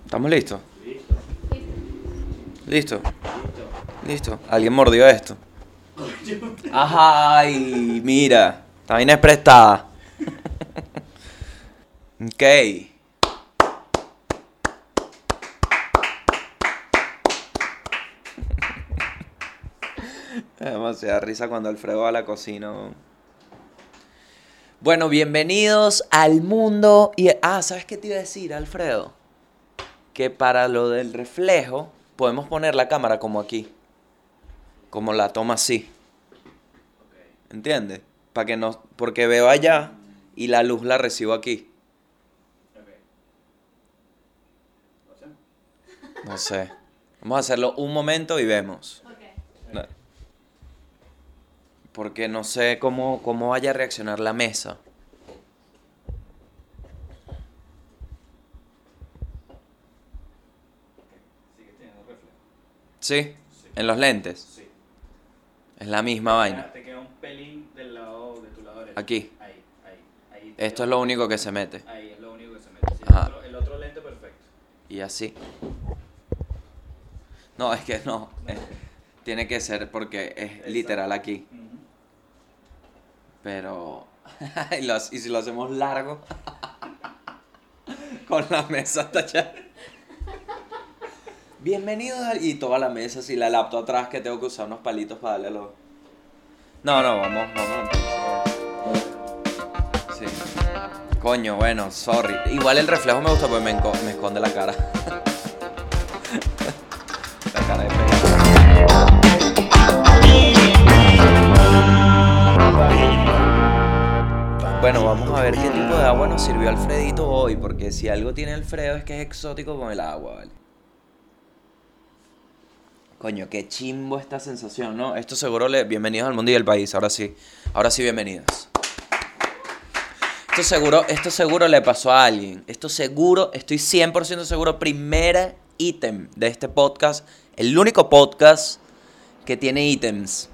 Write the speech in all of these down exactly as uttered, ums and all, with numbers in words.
¿Estamos listos? Listo. ¿Listo? Listo. ¿Listo? ¿Alguien mordió esto? ¡Ay! Mira, esta vaina es prestada. Ok. Me da demasiada risa cuando Alfredo va a la cocina. Bueno, bienvenidos al mundo. Y, ah, ¿sabes qué te iba a decir, Alfredo? Que para lo del reflejo podemos poner la cámara como aquí. Como la toma así. ¿Entiendes? Para que no, porque veo allá y la luz la recibo aquí. No sé. Vamos a hacerlo un momento y vemos. No. Porque no sé cómo, cómo vaya a reaccionar la mesa. ¿Sigues teniendo reflejo? ¿Sí? Sí. ¿En los lentes? Sí. Es la misma vaina. Te queda un pelín del lado de tu lado derecho. Aquí. Ahí, ahí, ahí. te Esto queda es lo un único pelín. que se mete. Ahí es lo único que se mete. Sí, Ajá. el, otro, el otro lente perfecto. Y así. No, es que no. eh, tiene que ser porque es Exacto. literal aquí. Ujú. Pero... y, los- y si lo hacemos largo... con la mesa hasta allá. Bienvenidos al... Y toda la mesa, así la laptop atrás que tengo que usar unos palitos para darle a los... No, no, vamos, vamos. Sí. Coño, bueno, sorry. Igual el reflejo me gusta porque me, enco- me esconde la cara. La cara de pegado. Bueno, vamos a ver qué tipo de agua nos sirvió Alfredito hoy, porque si algo tiene Alfredo es que es exótico con el agua, ¿vale? Coño, qué chimbo esta sensación, ¿no? Esto seguro le... Bienvenidos al mundo y al país, ahora sí. Ahora sí, bienvenidos. Esto seguro, esto seguro le pasó a alguien. Esto seguro, estoy cien por ciento seguro, primer ítem de este podcast. El único podcast que tiene ítems.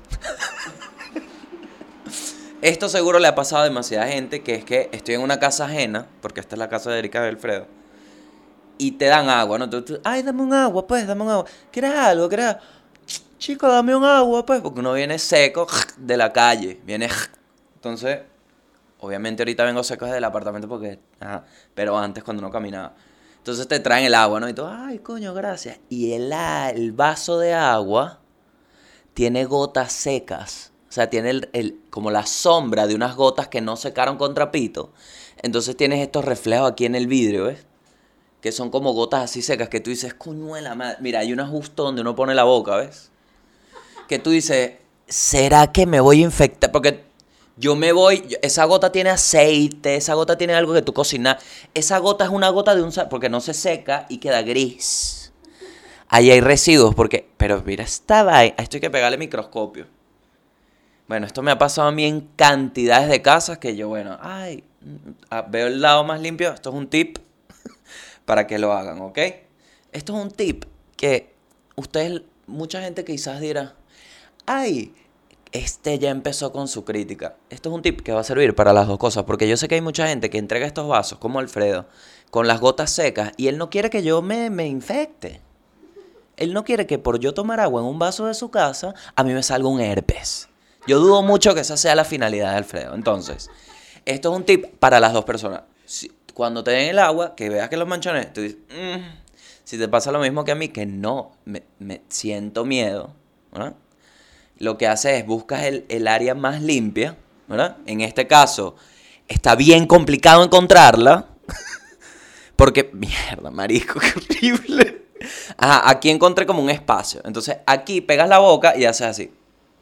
Esto seguro le ha pasado a demasiada gente, que es que estoy en una casa ajena, porque esta es la casa de Erika y Alfredo, y te dan agua, ¿no? Tú, tú, ay, dame un agua, pues, dame un agua. ¿Quieres algo? ¿Quieres algo? Chico, dame un agua, pues, porque uno viene seco de la calle, viene... Entonces, obviamente ahorita vengo seco desde el apartamento porque... Ajá, pero antes cuando no caminaba. Entonces te traen el agua, ¿no? Y tú, ay, coño, gracias. Y el, el vaso de agua tiene gotas secas. O sea, tiene el, el, como la sombra de unas gotas que no secaron con trapito. Entonces tienes estos reflejos aquí en el vidrio, ¿ves? Que son como gotas así secas que tú dices, coño de la madre. Mira, hay una justo donde uno pone la boca, ¿ves? Que tú dices, ¿será que me voy a infectar? Porque yo me voy, yo- esa gota tiene aceite, esa gota tiene algo que tú cocinas. Esa gota es una gota de un... sa- porque no se seca y queda gris. Ahí hay residuos, porque... Pero mira esta vaina, a esto hay que pegarle microscopio. Bueno, esto me ha pasado a mí en cantidades de casas que yo, bueno, ay, mm, ah, veo el lado más limpio. Esto es un tip para que lo hagan, ¿ok? Esto es un tip que ustedes, mucha gente quizás dirá, ay, este ya empezó con su crítica. Esto es un tip que va a servir para las dos cosas, porque yo sé que hay mucha gente que entrega estos vasos, como Alfredo, con las gotas secas, y él no quiere que yo me, me infecte. Él no quiere que por yo tomar agua en un vaso de su casa, a mí me salga un herpes. Yo dudo mucho que esa sea la finalidad de Alfredo. Entonces, esto es un tip para las dos personas. Si- cuando te den el agua, que veas que los manchones, tú dices, "Mm", si te pasa lo mismo que a mí, que no, me, me siento miedo, ¿verdad? Lo que haces es buscas el, el área más limpia, ¿verdad? En este caso, está bien complicado encontrarla, porque, mierda, marisco, qué horrible. Ajá, aquí encontré como un espacio. Entonces, aquí pegas la boca y haces así.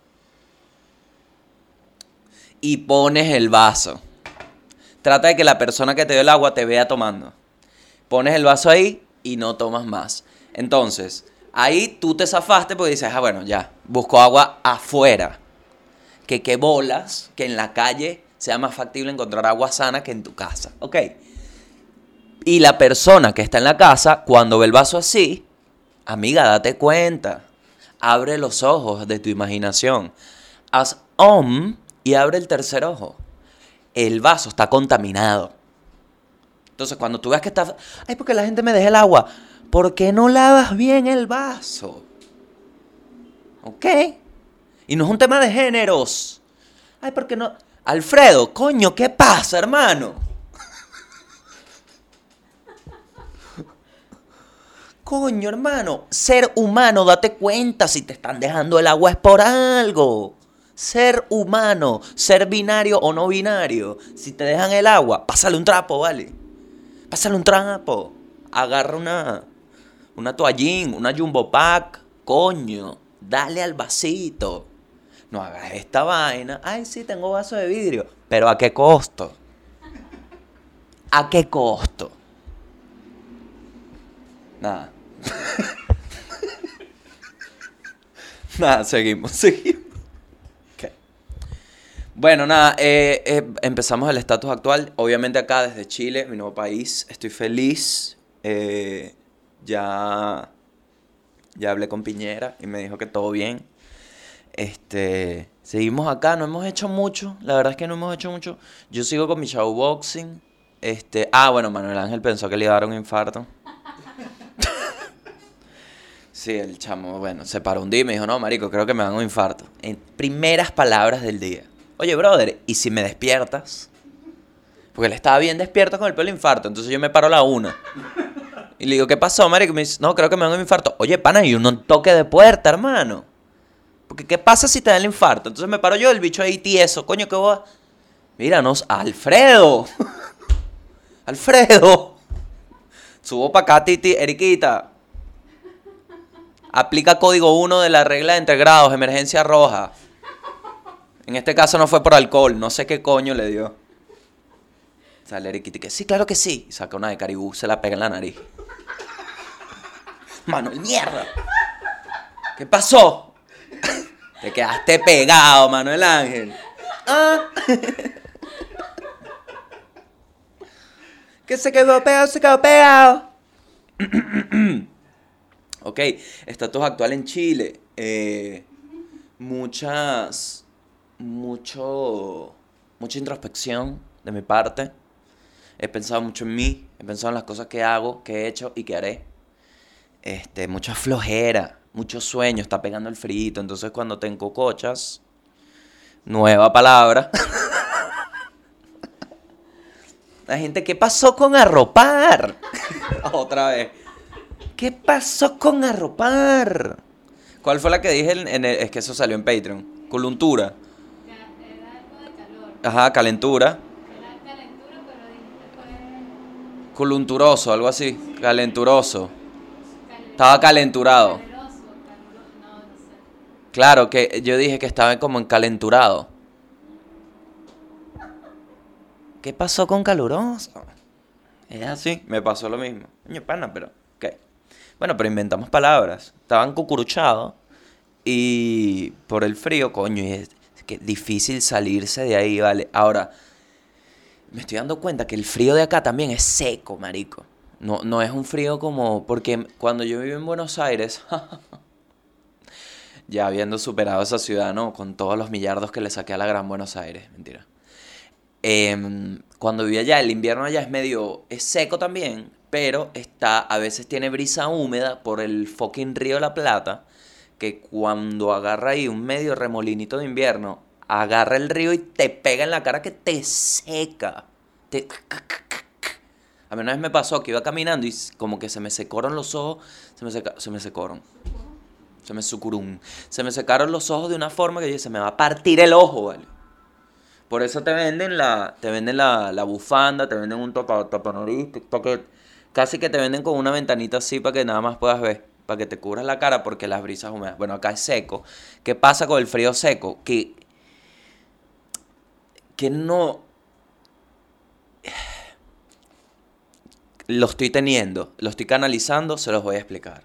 Y pones el vaso. Trata de que la persona que te dio el agua te vea tomando. Pones el vaso ahí y no tomas más. Entonces, ahí tú te zafaste porque dices, ah, bueno, ya, busco agua afuera. Que qué bolas que en la calle sea más factible encontrar agua sana que en tu casa. ¿Ok? Y la persona que está en la casa, cuando ve el vaso así, amiga, date cuenta. Abre los ojos de tu imaginación. Haz om y abre el tercer ojo. El vaso está contaminado. Entonces, cuando tú veas que está... Ay, porque la gente me deja el agua. ¿por qué no lavas bien el vaso? ¿Ok? Y no es un tema de géneros. Ay, ¿por qué no? Alfredo, coño, ¿qué pasa, hermano? Coño, hermano, ser humano, date cuenta, si te están dejando el agua es por algo. Ser humano, ser binario o no binario. Si te dejan el agua, pásale un trapo, ¿vale? Pásale un trapo. Agarra una, una toallín, una jumbo pack. Coño, dale al vasito. No hagas esta vaina. Ay, sí, tengo vaso de vidrio. Pero ¿a qué costo? ¿A qué costo? Nada. Nada, seguimos, seguimos. Okay. Bueno, nada, eh, eh, empezamos el estatus actual. Obviamente acá desde Chile, mi nuevo país. Estoy feliz. Eh, ya, ya hablé con Piñera y me dijo que todo bien. Este, seguimos acá, no hemos hecho mucho. La verdad es que no hemos hecho mucho. Yo sigo con mi shadowboxing. Este, ah, bueno, Manuel Ángel pensó que le iba a dar un infarto. Sí, el chamo, bueno, se paró un día y me dijo, no, marico, creo que me dan un infarto. En primeras palabras del día. Oye, brother, ¿y si me despiertas? Porque él estaba bien despierto con el pelo infarto, entonces yo me paro a la una. Y le digo, ¿qué pasó, marico? Y me dice, no, creo que me dan un infarto. Oye, pana, y un toque de puerta, hermano. Porque, ¿qué pasa si te da el infarto? Entonces me paro yo, el bicho ahí tieso, coño, ¿qué va? Míranos, Alfredo. Alfredo. Subo para acá, Titi, Eriquita. Aplica código uno de la regla de entre grados, emergencia roja. En este caso no fue por alcohol, no sé qué coño le dio. Sale Eriquita y que sí, claro que sí. Y saca una de Caribú, se la pega en la nariz. Manuel, mierda. ¿Qué pasó? Te quedaste pegado, Manuel Ángel. ¿Ah? Que se quedó pegado, se quedó pegado. Ok, estatus actual en Chile. Eh, muchas, mucho, mucha introspección de mi parte. He pensado mucho en mí, he pensado en las cosas que hago, que he hecho y que haré. Este, mucha flojera, mucho sueño, está pegando el frío. Entonces cuando te encocochas, nueva palabra. La gente, ¿qué pasó con arropar? Otra vez. ¿Qué pasó con arropar? ¿Cuál fue la que dije en, en el, es que eso salió en Patreon? Coluntura. Era algo de calor. Ajá, calentura. Era calentura, pero dijiste fue Colunturoso, algo así. Calenturoso. cal- Estaba calenturado. caluroso, caluroso, no, no sé. Claro, que yo dije que estaba como encalenturado. ¿Qué pasó con caluroso? Es así, me pasó lo mismo. Coño, pana, pero ¿qué? Bueno, pero inventamos palabras. Estaban cucuruchados y por el frío, coño, y es que difícil salirse de ahí, ¿vale? Ahora, me estoy dando cuenta que el frío de acá también es seco, marico. No, no es un frío como... Porque cuando yo viví en Buenos Aires, ya habiendo superado esa ciudad, ¿no? Con todos los millardos que le saqué a la Gran Buenos Aires, mentira. Eh, cuando vivía allá, el invierno allá es medio... Es seco también, pero está, a veces tiene brisa húmeda por el fucking río de la Plata, que cuando agarra ahí un medio remolinito de invierno, agarra el río y te pega en la cara que te seca. Te... A mí una vez me pasó que iba caminando y como que se me secaron los ojos, se me, seca... se me secaron. Se me sucurum. Se me secaron los ojos de una forma que yo dije, se me va a partir el ojo, ¿vale? Por eso te venden la, te venden la, la bufanda, te venden un tapa, tapanariz, porque casi que te venden con una ventanita así para que nada más puedas ver, para que te cubras la cara porque las brisas húmedas. Bueno, acá es seco. ¿Qué pasa con el frío seco? Que, que no... Lo estoy teniendo, lo estoy canalizando, se los voy a explicar.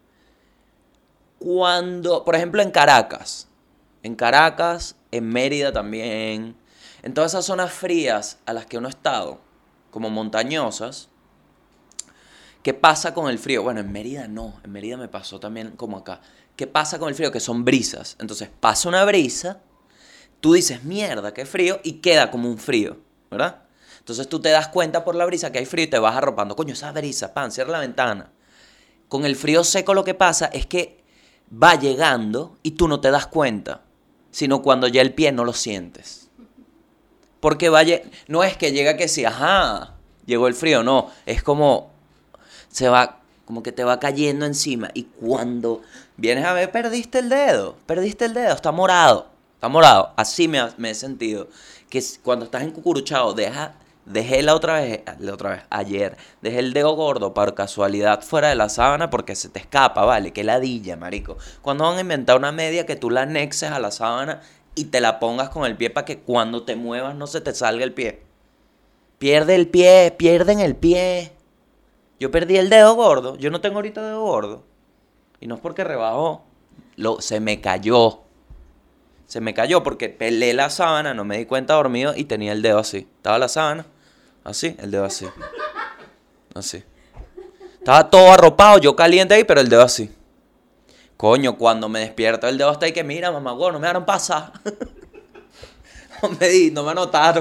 Cuando, por ejemplo, en Caracas, en Caracas, en Mérida también, en todas esas zonas frías a las que uno ha estado, como montañosas, ¿qué pasa con el frío? Bueno, en Mérida no, en Mérida me pasó también como acá. ¿Qué pasa con el frío? Que son brisas. Entonces pasa una brisa, tú dices, mierda, qué frío, y queda como un frío, ¿verdad? Entonces tú te das cuenta por la brisa que hay frío y te vas arropando. Coño, esa brisa, pan, cierra la ventana. Con el frío seco lo que pasa es que va llegando y tú no te das cuenta, sino cuando ya el pie no lo sientes. Porque vaya, no es que llega que sí, ajá, llegó el frío, no, es como se va, como que te va cayendo encima y cuando vienes a ver perdiste el dedo, perdiste el dedo, está morado, está morado, así me, ha- me he sentido, que s- cuando estás encucuruchado, deja, dejé la otra vez, la otra vez, ayer, dejé el dedo gordo por casualidad fuera de la sábana porque se te escapa, vale, qué ladilla, marico. Cuando van a inventar una media que tú la anexes a la sábana y te la pongas con el pie para que cuando te muevas no se te salga el pie. Pierde el pie, pierden el pie. Yo perdí el dedo gordo, yo no tengo ahorita dedo gordo. Y no es porque rebajó, lo, se me cayó. Se me cayó porque pelé la sábana, no me di cuenta dormido y tenía el dedo así. Estaba la sábana, así, el dedo así. Así. Estaba todo arropado, yo caliente ahí, pero el dedo así. Coño, cuando me despierto el dedo está ahí que mira, mamá, no me dejaron pasar. No me di, no me anotaron.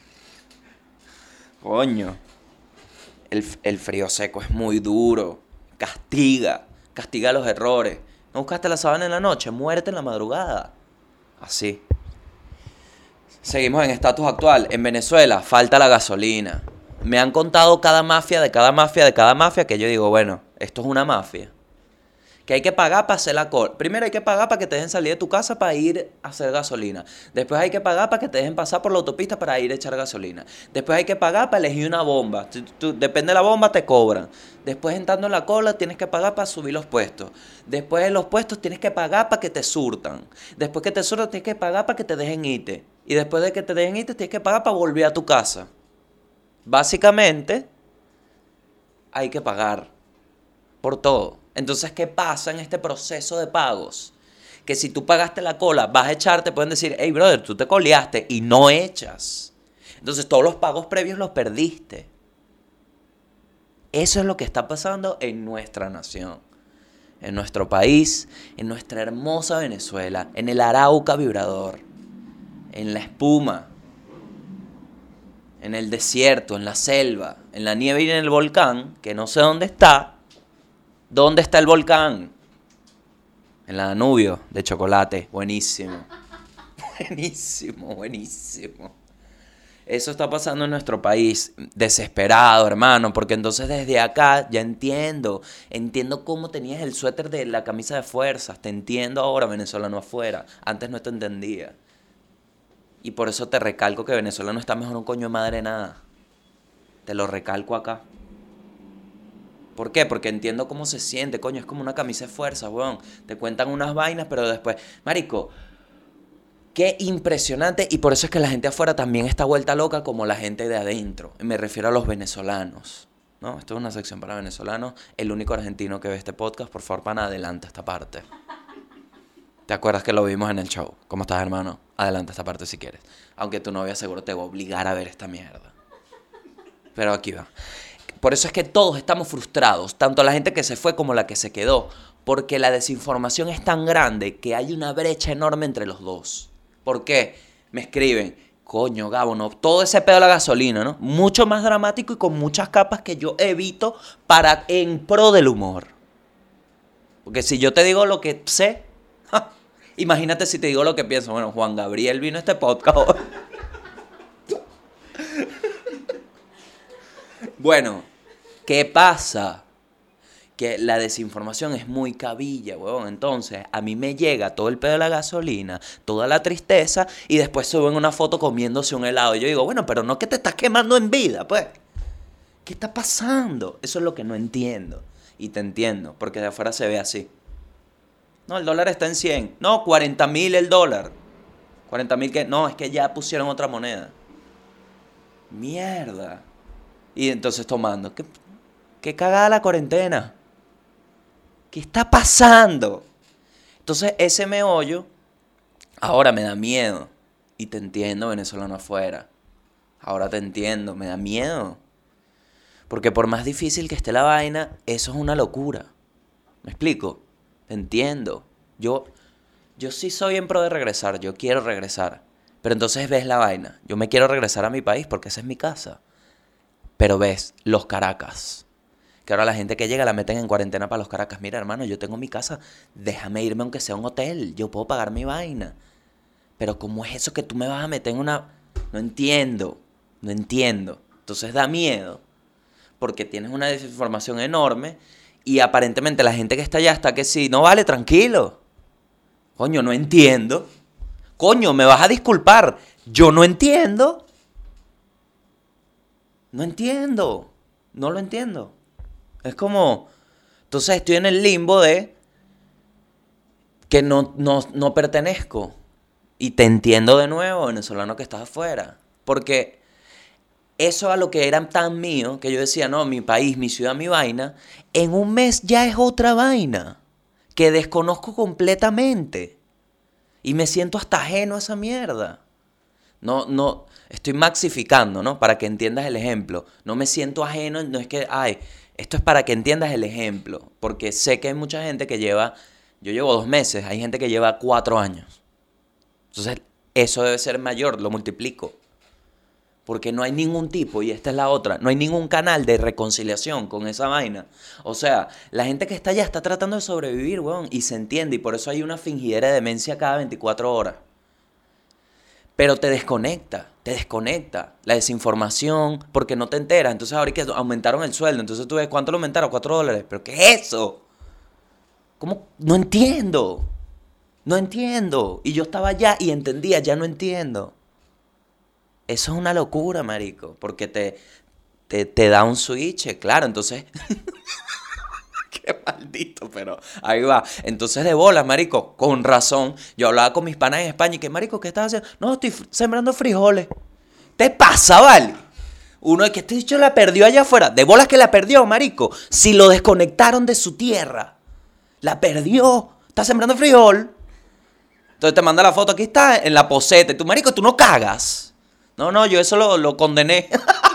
Coño. El, el frío seco es muy duro. Castiga. Castiga los errores. ¿No buscaste la sábana en la noche? Muérete en la madrugada. Así. Seguimos en estatus actual. En Venezuela falta la gasolina. Me han contado cada mafia, de cada mafia, de cada mafia, que yo digo, bueno, esto es una mafia. Que hay que pagar para hacer la cola. Primero hay que pagar para que te dejen salir de tu casa para ir a hacer gasolina. Después hay que pagar para que te dejen pasar por la autopista para ir a echar gasolina. Después hay que pagar para elegir una bomba. Tú- tú- depende de la bomba, te cobran. Después entrando en la cola tienes que pagar para subir los puestos. Después de los puestos tienes que pagar para que te surtan. Después que te surtan tienes que pagar para que te dejen irte. Y después de que te dejen irte tienes que pagar para volver a tu casa. Básicamente hay que pagar por todo. Entonces, ¿qué pasa en este proceso de pagos? Que si tú pagaste la cola, vas a echar, te pueden decir, hey, brother, tú te coleaste y no echas. Entonces, todos los pagos previos los perdiste. Eso es lo que está pasando en nuestra nación, en nuestro país, en nuestra hermosa Venezuela, en el Arauca vibrador, en la espuma, en el desierto, en la selva, en la nieve y en el volcán, que no sé dónde está. ¿Dónde está el volcán? En la Danubio, de chocolate. Buenísimo. Buenísimo, buenísimo. Eso está pasando en nuestro país. Desesperado, hermano. Porque entonces desde acá ya entiendo. Entiendo cómo tenías el suéter de la camisa de fuerzas. Te entiendo ahora, venezolano afuera. Antes no te entendía. Y por eso te recalco que Venezuela no está mejor un coño de madre nada. Te lo recalco acá. ¿Por qué? Porque entiendo cómo se siente, coño, es como una camisa de fuerza, weón. Te cuentan unas vainas, pero después... Marico, qué impresionante, y por eso es que la gente afuera también está vuelta loca como la gente de adentro. Y me refiero a los venezolanos, ¿no? Esto es una sección para venezolanos. El único argentino que ve este podcast, por favor, pana, adelanta esta parte. ¿Te acuerdas que lo vimos en el show? ¿Cómo estás, hermano? Adelanta esta parte si quieres. Aunque tu novia seguro te va a obligar a ver esta mierda. Pero aquí va. Por eso es que todos estamos frustrados, tanto la gente que se fue como la que se quedó, porque la desinformación es tan grande que hay una brecha enorme entre los dos. ¿Por qué? Me escriben, coño, Gabo, no, todo ese pedo de la gasolina, ¿no? Mucho más dramático y con muchas capas que yo evito para en pro del humor. Porque si yo te digo lo que sé, ja, imagínate si te digo lo que pienso. Bueno, Juan Gabriel vino a este podcast hoy. Bueno, ¿qué pasa? Que la desinformación es muy cabilla, huevón. Entonces, a mí me llega todo el pedo de la gasolina, toda la tristeza, y después suben una foto comiéndose un helado. Y yo digo, bueno, pero no que te estás quemando en vida, pues. ¿Qué está pasando? Eso es lo que no entiendo. Y te entiendo, porque de afuera se ve así. No, el dólar está en cien. No, cuarenta mil el dólar. cuarenta mil que... No, es que ya pusieron otra moneda. Mierda. Y entonces tomando. ¿Qué, qué cagada la cuarentena? ¿Qué está pasando? Entonces ese meollo ahora me da miedo. Y te entiendo, venezolano afuera. Ahora te entiendo, me da miedo. Porque por más difícil que esté la vaina, eso es una locura. ¿Me explico? Te entiendo. Yo, yo sí soy en pro de regresar, yo quiero regresar. Pero entonces ves la vaina. Yo me quiero regresar a mi país porque esa es mi casa. Pero ves, los Caracas. Que ahora la gente que llega la meten en cuarentena para los Caracas. Mira, hermano, yo tengo mi casa, déjame irme aunque sea a un hotel, yo puedo pagar mi vaina. Pero ¿cómo es eso que tú me vas a meter en una...? No entiendo, no entiendo. Entonces da miedo, porque tienes una desinformación enorme y aparentemente la gente que está allá está que sí, no vale, tranquilo. Coño, no entiendo. Coño, me vas a disculpar, yo no entiendo. No entiendo, no lo entiendo. Es como, entonces estoy en el limbo de que no, no, no pertenezco. Y te entiendo de nuevo, venezolano que estás afuera. Porque eso a lo que era tan mío, que yo decía, no, mi país, mi ciudad, mi vaina, en un mes ya es otra vaina, que desconozco completamente. Y me siento hasta ajeno a esa mierda. No, no, estoy maxificando, ¿no? Para que entiendas el ejemplo. No me siento ajeno, no es que, ay, esto es para que entiendas el ejemplo. Porque sé que hay mucha gente que lleva, yo llevo dos meses, hay gente que lleva cuatro años. Entonces, eso debe ser mayor, lo multiplico. Porque no hay ningún tipo, y esta es la otra, no hay ningún canal de reconciliación con esa vaina. O sea, la gente que está allá está tratando de sobrevivir, weón, y se entiende, y por eso hay una fingidera de demencia cada veinticuatro horas. Pero te desconecta, te desconecta. La desinformación, porque no te enteras. Entonces ahora que aumentaron el sueldo, entonces tú ves, ¿cuánto lo aumentaron? Cuatro dólares. ¿Pero qué es eso? ¿Cómo? No entiendo. No entiendo. Y yo estaba allá y entendía, ya no entiendo. Eso es una locura, marico. Porque te, te, te da un switch, claro. Entonces, qué maldito, pero ahí va. Entonces de bolas, marico, con razón. Yo hablaba con mis panas en España y que, marico, ¿qué estás haciendo? No, estoy f- sembrando frijoles. ¿Te pasa, vale? Uno es que este dicho la perdió allá afuera. De bolas que la perdió, marico. Si lo desconectaron de su tierra. La perdió. Está sembrando frijol. Entonces te manda la foto, aquí está, en la poseta. Y tú, marico, tú no cagas. No, no, yo eso lo, lo condené.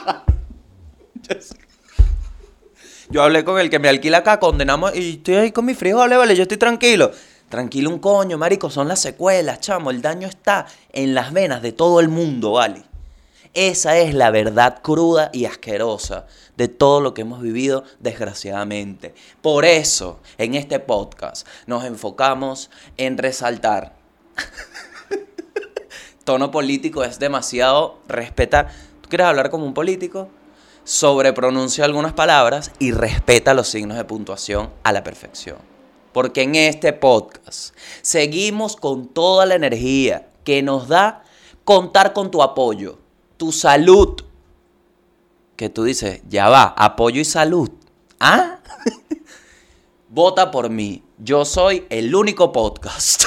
Yo hablé con el que me alquila acá, condenamos, y estoy ahí con mis frijoles, vale, yo estoy tranquilo. Tranquilo un coño, marico, son las secuelas, chamo. El daño está en las venas de todo el mundo, vale. Esa es la verdad cruda y asquerosa de todo lo que hemos vivido, desgraciadamente. Por eso, en este podcast, nos enfocamos en resaltar. Tono político es demasiado respetar. ¿Tú quieres hablar como un político? Sobrepronuncia algunas palabras y respeta los signos de puntuación a la perfección. Porque en este podcast seguimos con toda la energía que nos da contar con tu apoyo, tu salud. Que tú dices, ya va, apoyo y salud. ¿Ah? Vota por mí. Yo soy el único podcast.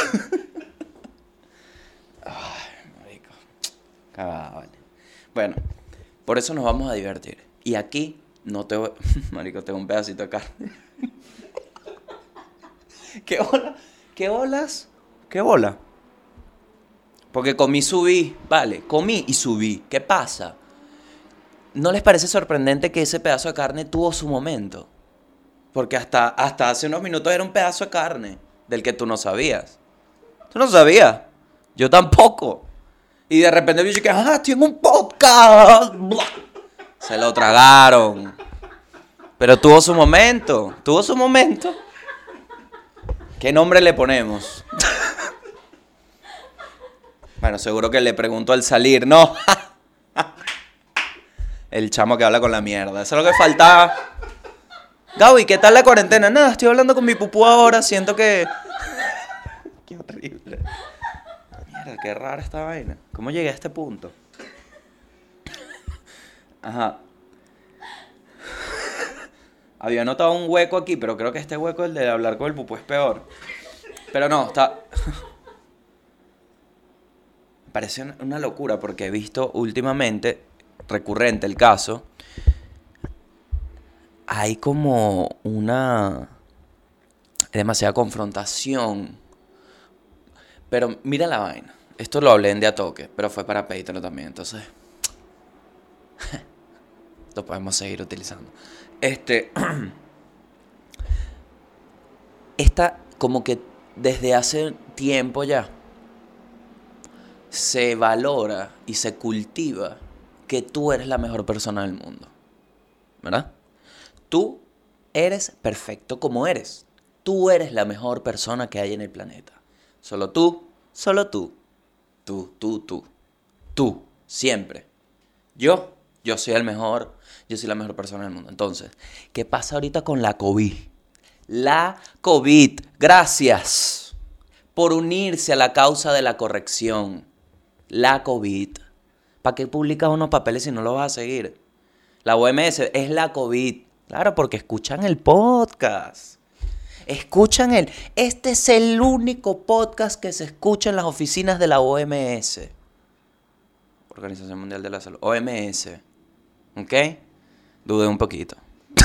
Ay, marico. Cagada, vale. Bueno, por eso nos vamos a divertir. Y aquí no te voy... Marico, tengo un pedacito de carne. ¿Qué bola? ¿Qué bolas? ¿Qué bola? Porque comí, subí. Vale, comí y subí. ¿Qué pasa? ¿No les parece sorprendente que ese pedazo de carne tuvo su momento? Porque hasta, hasta hace unos minutos era un pedazo de carne del que tú no sabías. Tú no sabías. Yo tampoco. Y de repente yo dije, ah, estoy en un podcast. Se lo tragaron. Pero tuvo su momento. Tuvo su momento. ¿Qué nombre le ponemos? Bueno, seguro que le pregunto al salir. No. El chamo que habla con la mierda. Eso es lo que faltaba. Gaby, ¿qué tal la cuarentena? Nada, estoy hablando con mi pupú ahora. Siento que... Qué horrible. Mierda, qué rara esta vaina. ¿Cómo llegué a este punto? Ajá. Había notado un hueco aquí, pero creo que este hueco, el de hablar con el pupú, es peor. Pero no, está... Parece una locura porque he visto últimamente, recurrente el caso, hay como una demasiada confrontación. Pero mira la vaina. Esto lo hablé en De A Toque, pero fue para Patreon también, entonces lo podemos seguir utilizando. Este Está como que desde hace tiempo ya se valora y se cultiva que tú eres la mejor persona del mundo, ¿verdad? Tú eres perfecto como eres. Tú eres la mejor persona que hay en el planeta. Solo tú, solo tú. Tú, tú, tú. Tú, siempre. Yo, yo soy el mejor, yo soy la mejor persona del mundo. Entonces, ¿qué pasa ahorita con la COVID? La COVID, gracias por unirse a la causa de la corrección. La COVID. ¿Para qué publicas unos papeles si no los vas a seguir? La O M S es la COVID. Claro, porque escuchan el podcast. Escuchan el... Este es el único podcast que se escucha en las oficinas de la O M S. Organización Mundial de la Salud. O M S. ¿Ok? Dudé un poquito.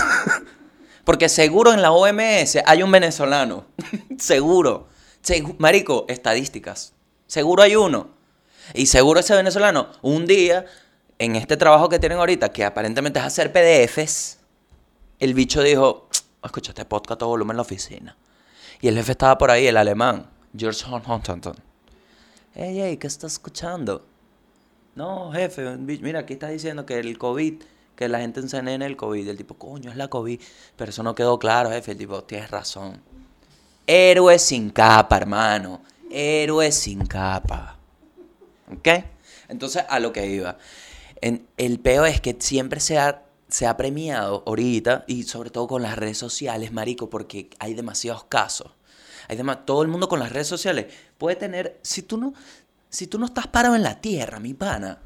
Porque seguro en la O M S hay un venezolano. Seguro. Segu- Marico, estadísticas. Seguro hay uno. Y seguro ese venezolano, un día, en este trabajo que tienen ahorita, que aparentemente es hacer P D Fs, el bicho dijo, escucha este podcast a todo volumen en la oficina. Y el jefe estaba por ahí, el alemán, George Huntington. Ey, ey, ¿qué estás escuchando? No, jefe, mira, aquí está diciendo que el COVID, que la gente envenena el COVID. Y el tipo, coño, es la COVID. Pero eso no quedó claro, jefe. El tipo, tienes razón. Héroe sin capa, hermano. Héroe sin capa. ¿Ok? Entonces, a lo que iba. En, el peo es que siempre se ha, se ha premiado ahorita, y sobre todo con las redes sociales, marico, porque hay demasiados casos. Hay dema- todo el mundo con las redes sociales puede tener... Si tú no, si tú no estás parado en la tierra, mi pana...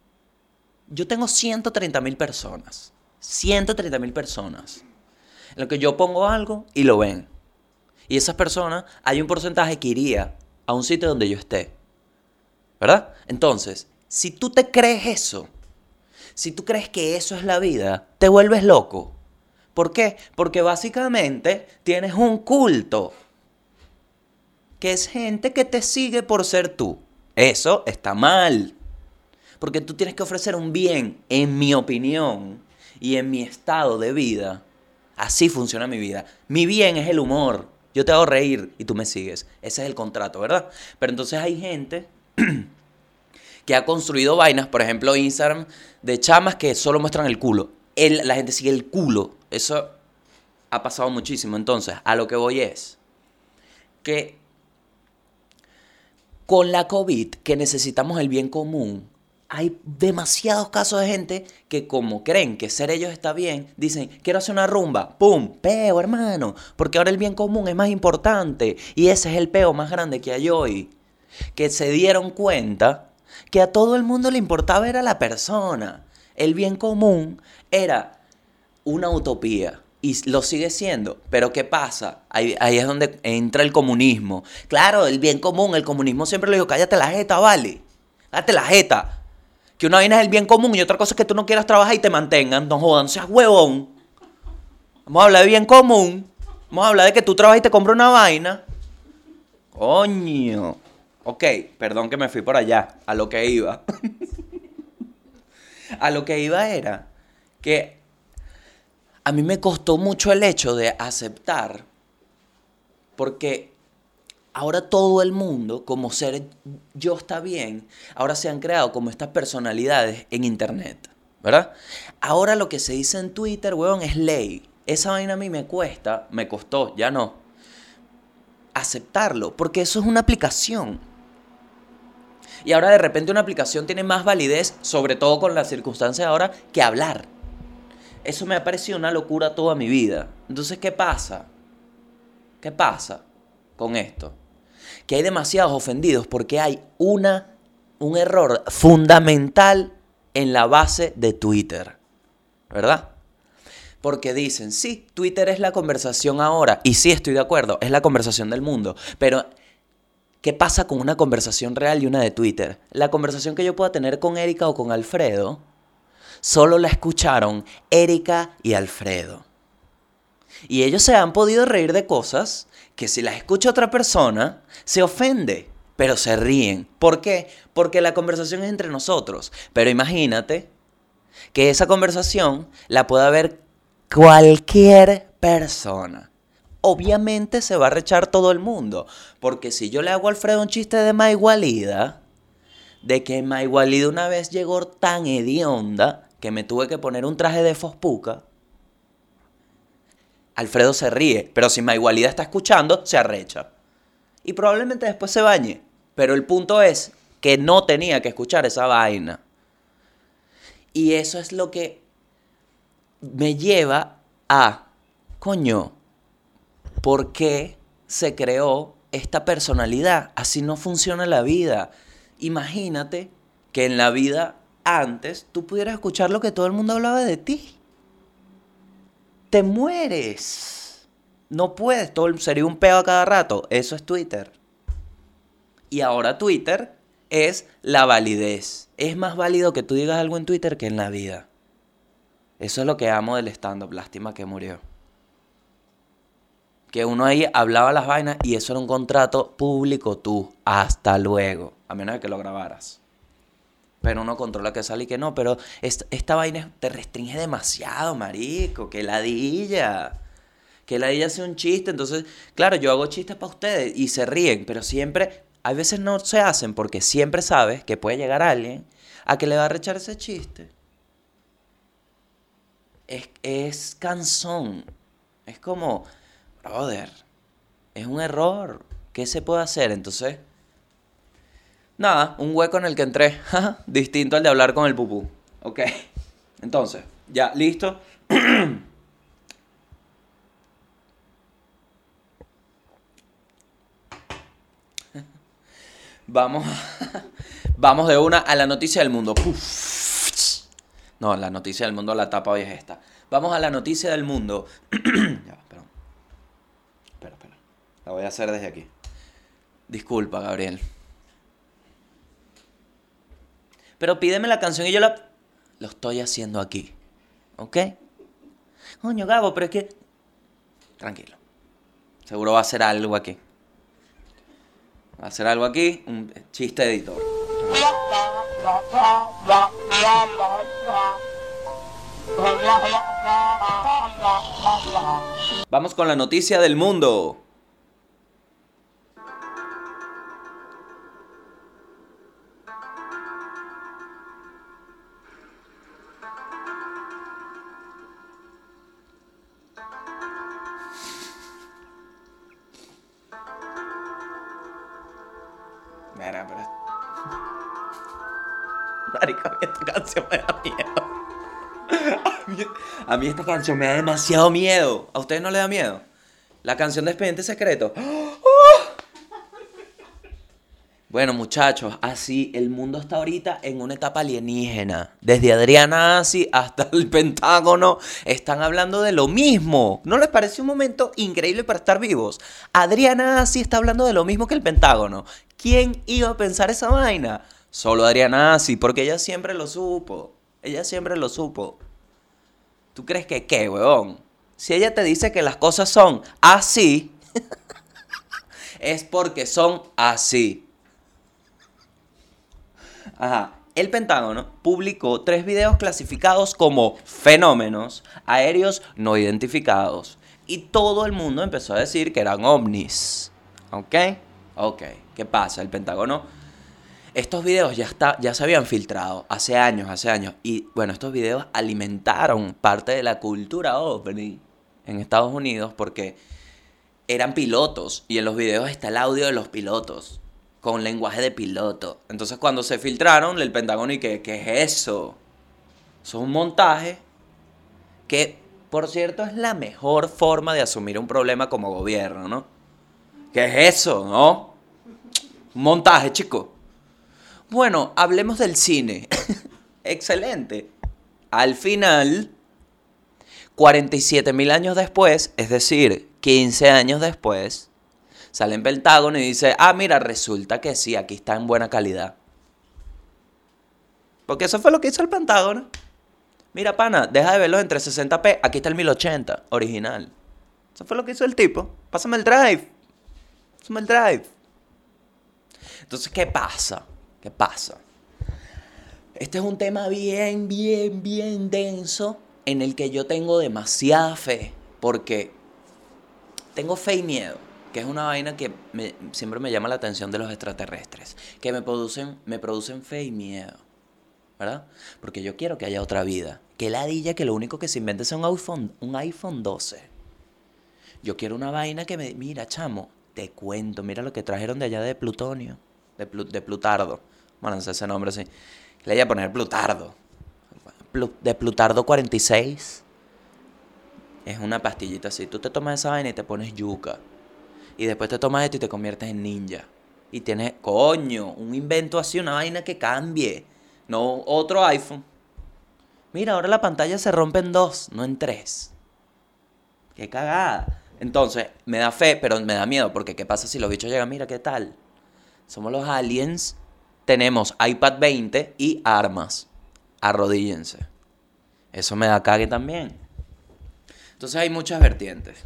Yo tengo ciento treinta mil personas. ciento treinta mil personas. En lo que yo pongo algo y lo ven. Y esas personas, hay un porcentaje que iría a un sitio donde yo esté. ¿Verdad? Entonces, si tú te crees eso, si tú crees que eso es la vida, te vuelves loco. ¿Por qué? Porque básicamente tienes un culto. Que es gente que te sigue por ser tú. Eso está mal. Porque tú tienes que ofrecer un bien, en mi opinión, y en mi estado de vida. Así funciona mi vida. Mi bien es el humor. Yo te hago reír y tú me sigues. Ese es el contrato, ¿verdad? Pero entonces hay gente que ha construido vainas, por ejemplo, Instagram, de chamas que solo muestran el culo. El, la gente sigue el culo. Eso ha pasado muchísimo. Entonces, a lo que voy es que con la COVID, que necesitamos el bien común, hay demasiados casos de gente que, como creen que ser ellos está bien, dicen, quiero hacer una rumba, ¡pum! Peo, hermano, porque ahora el bien común es más importante. Y ese es el peo más grande que hay hoy. Que se dieron cuenta que a todo el mundo le importaba era la persona. El bien común era una utopía. Y lo sigue siendo. Pero ¿qué pasa? Ahí, ahí es donde entra el comunismo. Claro, el bien común, el comunismo siempre le dijo, cállate la jeta, vale. Cállate la jeta. Que una vaina es el bien común y otra cosa es que tú no quieras trabajar y te mantengan. No jodan, no seas huevón. Vamos a hablar de bien común. Vamos a hablar de que tú trabajas y te compras una vaina. Coño. Ok, perdón que me fui por allá. A lo que iba. A lo que iba era que a mí me costó mucho el hecho de aceptar. Porque ahora todo el mundo, como ser yo está bien, ahora se han creado como estas personalidades en internet, ¿verdad? Ahora lo que se dice en Twitter, weón, es ley. Esa vaina a mí me cuesta, me costó, ya no, aceptarlo, porque eso es una aplicación. Y ahora de repente una aplicación tiene más validez, sobre todo con las circunstancias de ahora, que hablar. Eso me ha parecido una locura toda mi vida. Entonces, ¿qué pasa? ¿Qué pasa con esto? Que hay demasiados ofendidos porque hay una, un error fundamental en la base de Twitter, ¿verdad? Porque dicen, sí, Twitter es la conversación ahora, y sí, estoy de acuerdo, es la conversación del mundo, pero ¿qué pasa con una conversación real y una de Twitter? La conversación que yo pueda tener con Erika o con Alfredo, solo la escucharon Erika y Alfredo. Y ellos se han podido reír de cosas que si las escucha otra persona, se ofende, pero se ríen. ¿Por qué? Porque la conversación es entre nosotros. Pero imagínate que esa conversación la pueda ver cualquier persona. Obviamente se va a rechar todo el mundo. Porque si yo le hago a Alfredo un chiste de Maigualida, de que Maigualida una vez llegó tan hedionda que me tuve que poner un traje de Fospuca, Alfredo se ríe, pero si Maigualida está escuchando, se arrecha. Y probablemente después se bañe. Pero el punto es que no tenía que escuchar esa vaina. Y eso es lo que me lleva a, coño, ¿por qué se creó esta personalidad? Así no funciona la vida. Imagínate que en la vida antes tú pudieras escuchar lo que todo el mundo hablaba de ti. Te mueres. No puedes, todo sería un peo a cada rato. Eso es Twitter. Y ahora Twitter es la validez. Es más válido que tú digas algo en Twitter que en la vida. Eso es lo que amo del stand-up. Lástima que murió. Que uno ahí hablaba las vainas y eso era un contrato público tú. Hasta luego. A menos de que lo grabaras. Pero uno controla que sale y que no. Pero esta, esta vaina te restringe demasiado, marico. Que ladilla. Que ladilla sea un chiste. Entonces, claro, yo hago chistes para ustedes y se ríen. Pero siempre, hay veces no se hacen porque siempre sabes que puede llegar alguien a que le va a rechar ese chiste. Es, es cansón. Es como, brother, es un error. ¿Qué se puede hacer? Entonces, nada, un hueco en el que entré. Distinto al de hablar con el pupú. Ok. Entonces, ya, listo. Vamos, vamos de una a la noticia del mundo. Puf. No, la noticia del mundo, la tapa hoy es esta. Vamos a la noticia del mundo. Ya, perdón. Espera, espera. La voy a hacer desde aquí. Disculpa, Gabriel. Pero pídeme la canción y yo la... Lo estoy haciendo aquí. ¿Ok? Coño, Gabo, pero es que... Tranquilo. Seguro va a hacer algo aquí. Va a hacer algo aquí. Un chiste de editor. Vamos con la noticia del mundo. Mira, pero... Marico, a mí esta canción me da miedo. A mí, a mí esta canción me da demasiado miedo. ¿A ustedes no les da miedo? La canción de Expediente Secreto. Bueno, muchachos, así el mundo está ahorita en una etapa alienígena. Desde Adriana Azi hasta el Pentágono están hablando de lo mismo. ¿No les parece un momento increíble para estar vivos? Adriana Azi está hablando de lo mismo que el Pentágono. ¿Quién iba a pensar esa vaina? Solo Adriana Azi, porque ella siempre lo supo. Ella siempre lo supo. ¿Tú crees que qué, huevón? Si ella te dice que las cosas son así, es porque son así. Ajá. El Pentágono publicó tres videos clasificados como fenómenos aéreos no identificados. Y todo el mundo empezó a decir que eran ovnis. ¿Ok? Ok. ¿Qué pasa? El Pentágono... Estos videos ya, está, ya se habían filtrado hace años, hace años. Y bueno, estos videos alimentaron parte de la cultura ovni en Estados Unidos porque eran pilotos. Y en los videos está el audio de los pilotos con lenguaje de piloto. Entonces cuando se filtraron, el Pentágono y que, ¿qué es eso? Eso es un montaje que, por cierto, es la mejor forma de asumir un problema como gobierno, ¿no? ¿Qué es eso, no? Un montaje, chico. Bueno, hablemos del cine. Excelente. Al final, cuarenta y siete mil años después, es decir, quince años después, sale en Pentágono y dice, ah, mira, resulta que sí, aquí está en buena calidad. Porque eso fue lo que hizo el Pentágono. Mira, pana, deja de verlos en trescientos sesenta p, aquí está el mil ochenta, original. Eso fue lo que hizo el tipo. Pásame el drive. Pásame el drive. Entonces, ¿qué pasa? ¿Qué pasa? Este es un tema bien, bien, bien denso en el que yo tengo demasiada fe. Porque tengo fe y miedo, que es una vaina que me, siempre me llama la atención de los extraterrestres. Que me producen, me producen fe y miedo, ¿verdad? Porque yo quiero que haya otra vida. Que ladilla que lo único que se invente sea un iPhone, un iPhone doce. Yo quiero una vaina que me... Mira, chamo, te cuento, mira lo que trajeron de allá de Plutonio, de, Plu- de Plutardo. Bueno, no sé ese nombre así. Le voy a poner Plutardo. Plu- de Plutardo cuarenta y seis. Es una pastillita así. Tú te tomas esa vaina y te pones yuca. Y después te tomas esto y te conviertes en ninja. Y tienes, coño, un invento así, una vaina que cambie. No otro iPhone. Mira, ahora la pantalla se rompe en dos, no en tres. Qué cagada. Entonces, me da fe, pero me da miedo. Porque ¿qué pasa si los bichos llegan? Mira, ¿qué tal? Somos los aliens. Tenemos iPad veinte y armas. Arrodíllense. Eso me da cague también. Entonces hay muchas vertientes.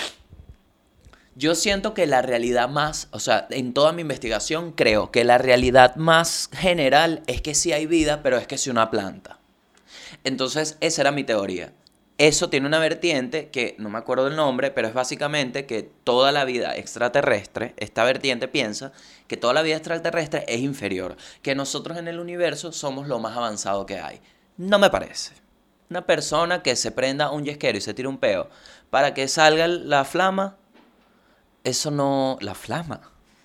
Yo siento que la realidad más, o sea, en toda mi investigación creo que la realidad más general es que sí hay vida, pero es que sí una planta. Entonces esa era mi teoría. Eso tiene una vertiente que no me acuerdo del nombre, pero es básicamente que toda la vida extraterrestre, esta vertiente piensa que toda la vida extraterrestre es inferior, que nosotros en el universo somos lo más avanzado que hay. No me parece. Una persona que se prenda un yesquero y se tire un peo para que salga la flama, eso no... La flama.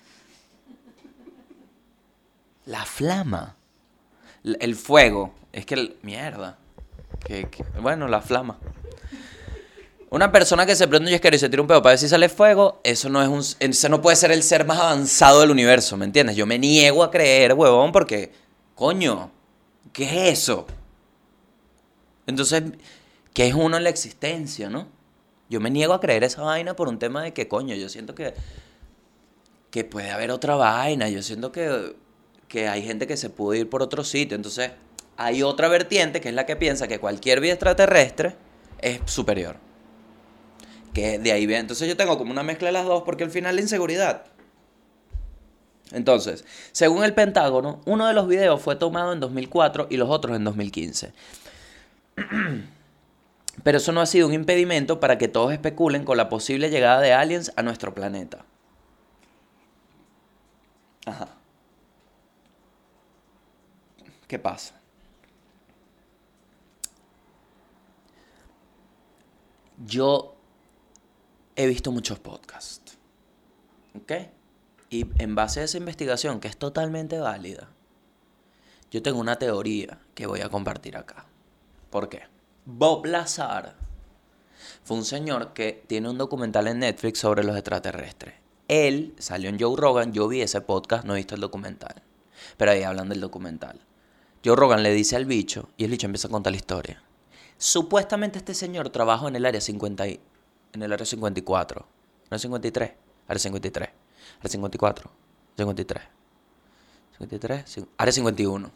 La flama. L- El fuego. Es que... el- Mierda. Que, que- Bueno, la flama. Una persona que se prende un yesquero y se tira un pedo para ver si sale fuego, eso no es un... Eso no puede ser el ser más avanzado del universo, ¿me entiendes? Yo me niego a creer, huevón, porque... Coño, ¿qué es eso? Entonces, ¿qué es uno en la existencia, no? Yo me niego a creer esa vaina por un tema de que, coño, yo siento que... Que puede haber otra vaina. Yo siento que... Que hay gente que se pudo ir por otro sitio. Entonces, hay otra vertiente que es la que piensa que cualquier vida extraterrestre es superior. Que de ahí viene. Entonces yo tengo como una mezcla de las dos porque al final la inseguridad. Entonces, según el Pentágono, uno de los videos fue tomado en dos mil cuatro y los otros en dos mil quince. Pero eso no ha sido un impedimento para que todos especulen con la posible llegada de aliens a nuestro planeta. Ajá. ¿Qué pasa? Yo he visto muchos podcasts, ¿ok? Y en base a esa investigación, que es totalmente válida, yo tengo una teoría que voy a compartir acá. ¿Por qué? Bob Lazar fue un señor que tiene un documental en Netflix sobre los extraterrestres. Él salió en Joe Rogan, yo vi ese podcast, no he visto el documental, pero ahí hablan del documental. Joe Rogan le dice al bicho y el bicho empieza a contar la historia. Supuestamente este señor trabajó en el área cincuenta y, en el área cincuenta y cuatro, no cincuenta y tres, área cincuenta y tres, área cincuenta y cuatro, cincuenta y tres, cincuenta y tres, área cincuenta y uno.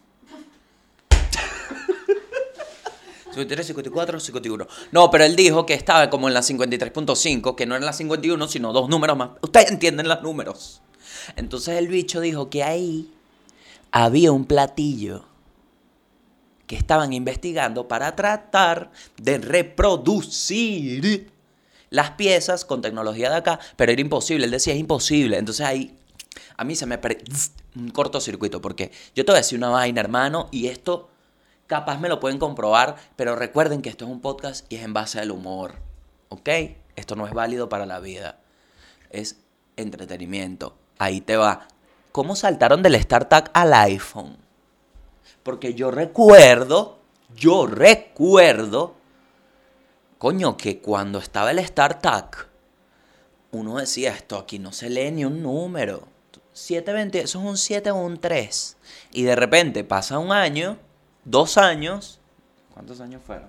cincuenta y tres, cincuenta y cuatro, cincuenta y uno. No, pero él dijo que estaba como en la cincuenta y tres punto cinco, que no en la cincuenta y uno, sino dos números más. Ustedes entienden los números. Entonces el bicho dijo que ahí había un platillo que estaban investigando para tratar de reproducir las piezas con tecnología de acá, pero era imposible. Él decía, es imposible. Entonces ahí a mí se me... Pre- un cortocircuito, porque yo te voy a decir una vaina, hermano, y esto capaz me lo pueden comprobar, pero recuerden que esto es un podcast y es en base al humor, ¿ok? Esto no es válido para la vida. Es entretenimiento. Ahí te va. ¿Cómo saltaron del StarTAC al iPhone? Porque yo recuerdo, yo recuerdo, coño, que cuando estaba el StarTAC, uno decía, esto aquí no se lee ni un número. setecientos veinte, eso es un siete o un tres. Y de repente pasa un año, dos años. ¿Cuántos años fueron?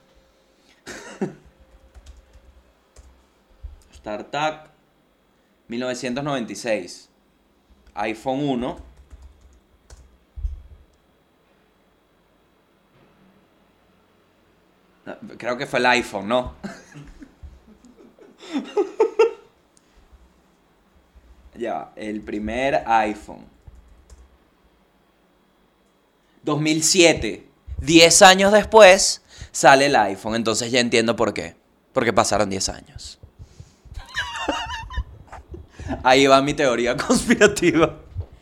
StarTAC, mil novecientos noventa y seis. iPhone uno. Creo que fue el iPhone, ¿no? Ya, el primer iPhone. dos mil siete. diez años después sale el iPhone. Entonces ya entiendo por qué. Porque pasaron diez años. Ahí va mi teoría conspirativa.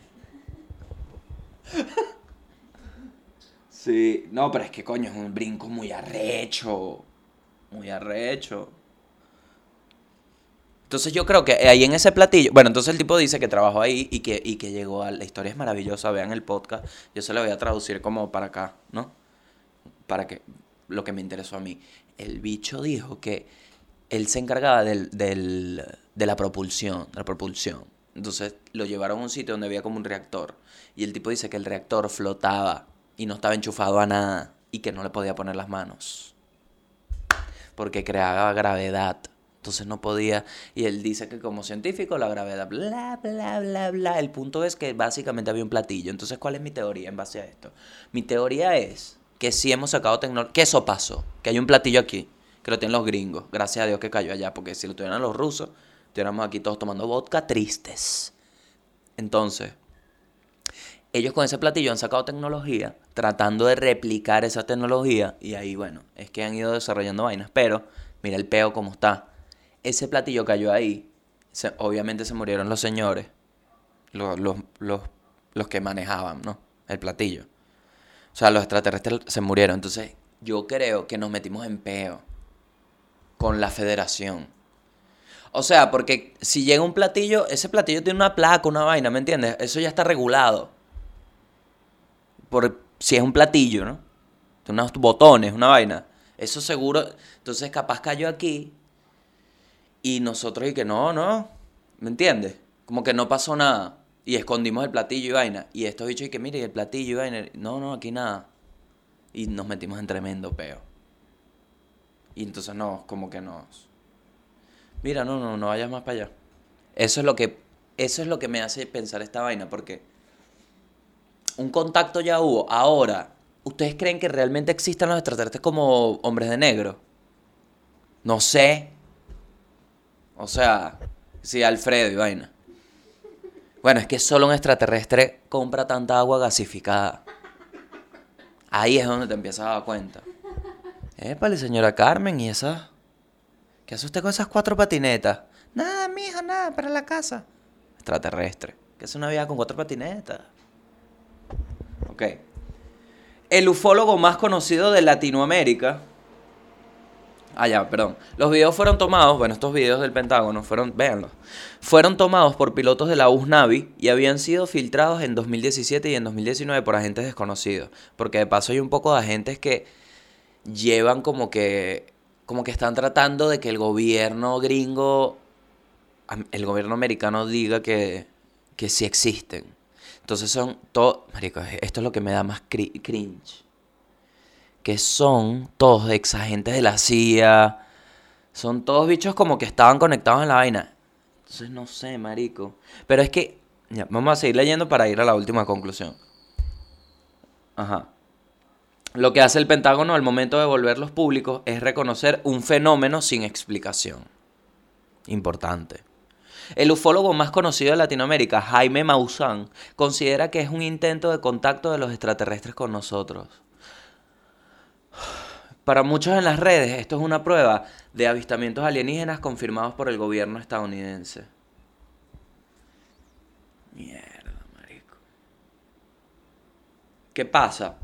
Sí, no, pero es que coño, es un brinco muy arrecho. Muy arrecho. Entonces yo creo que ahí en ese platillo, bueno, entonces el tipo dice que trabajó ahí y que, y que llegó a, la historia es maravillosa, vean el podcast, yo se lo voy a traducir como para acá, ¿no? Para que, lo que me interesó a mí. El bicho dijo que él se encargaba del, del, de la propulsión, de la propulsión. Entonces lo llevaron a un sitio donde había como un reactor. Y el tipo dice que el reactor flotaba y no estaba enchufado a nada y que no le podía poner las manos. Porque creaba gravedad. Entonces no podía. Y él dice que como científico la gravedad, bla, bla, bla, bla. El punto es que básicamente había un platillo. Entonces, ¿cuál es mi teoría en base a esto? Mi teoría es que si hemos sacado tecnología, que eso pasó, que hay un platillo aquí, que lo tienen los gringos, gracias a Dios que cayó allá, porque si lo tuvieran los rusos, estuviéramos aquí todos tomando vodka tristes. Entonces, ellos con ese platillo han sacado tecnología, tratando de replicar esa tecnología, y ahí, bueno, es que han ido desarrollando vainas, pero mira el peo como está. Ese platillo cayó ahí, se, obviamente se murieron los señores, los, los, los, los que manejaban, ¿no? El platillo. O sea, los extraterrestres se murieron. Entonces, yo creo que nos metimos en peo con la federación. O sea, porque si llega un platillo, ese platillo tiene una placa, una vaina, ¿me entiendes? Eso ya está regulado. Por si es un platillo, ¿no? Tiene unos botones, una vaina. Eso seguro. Entonces, capaz cayó aquí y nosotros y que no, no. ¿Me entiendes? Como que no pasó nada. Y escondimos el platillo y vaina. Y estos bichos y que mire, el platillo y vaina. No, no, aquí nada. Y nos metimos en tremendo peo. Y entonces no, como que nos... Mira, no, no, no vayas más para allá. Eso es lo que, eso es lo que me hace pensar esta vaina. Porque un contacto ya hubo. Ahora, ¿ustedes creen que realmente existan los extraterrestres como hombres de negro? No sé. O sea, sí, Alfredo y vaina. Bueno, es que solo un extraterrestre compra tanta agua gasificada. Ahí es donde te empiezas a dar cuenta. Épale, señora Carmen, ¿y esa? ¿Qué hace usted con esas cuatro patinetas? Nada, mijo, nada, para la casa. Extraterrestre. ¿Qué hace una vida con cuatro patinetas? Ok. El ufólogo más conocido de Latinoamérica... Ah, ya, perdón. Los videos fueron tomados, bueno, estos videos del Pentágono fueron, véanlos, fueron tomados por pilotos de la U S Navy y habían sido filtrados en dos mil diecisiete y en dos mil diecinueve por agentes desconocidos. Porque de paso hay un poco de agentes que llevan como que, como que están tratando de que el gobierno gringo, el gobierno americano diga que, que sí existen. Entonces son todos, marico, esto es lo que me da más cri- cringe. Que son todos ex agentes de la C I A. Son todos bichos como que estaban conectados en la vaina. Entonces no sé, marico. Pero es que... Ya, vamos a seguir leyendo para ir a la última conclusión. Ajá. Lo que hace el Pentágono al momento de volverlos públicos es reconocer un fenómeno sin explicación. Importante. El ufólogo más conocido de Latinoamérica, Jaime Maussan, considera que es un intento de contacto de los extraterrestres con nosotros. Para muchos en las redes, esto es una prueba de avistamientos alienígenas confirmados por el gobierno estadounidense. Mierda, marico. ¿Qué pasa?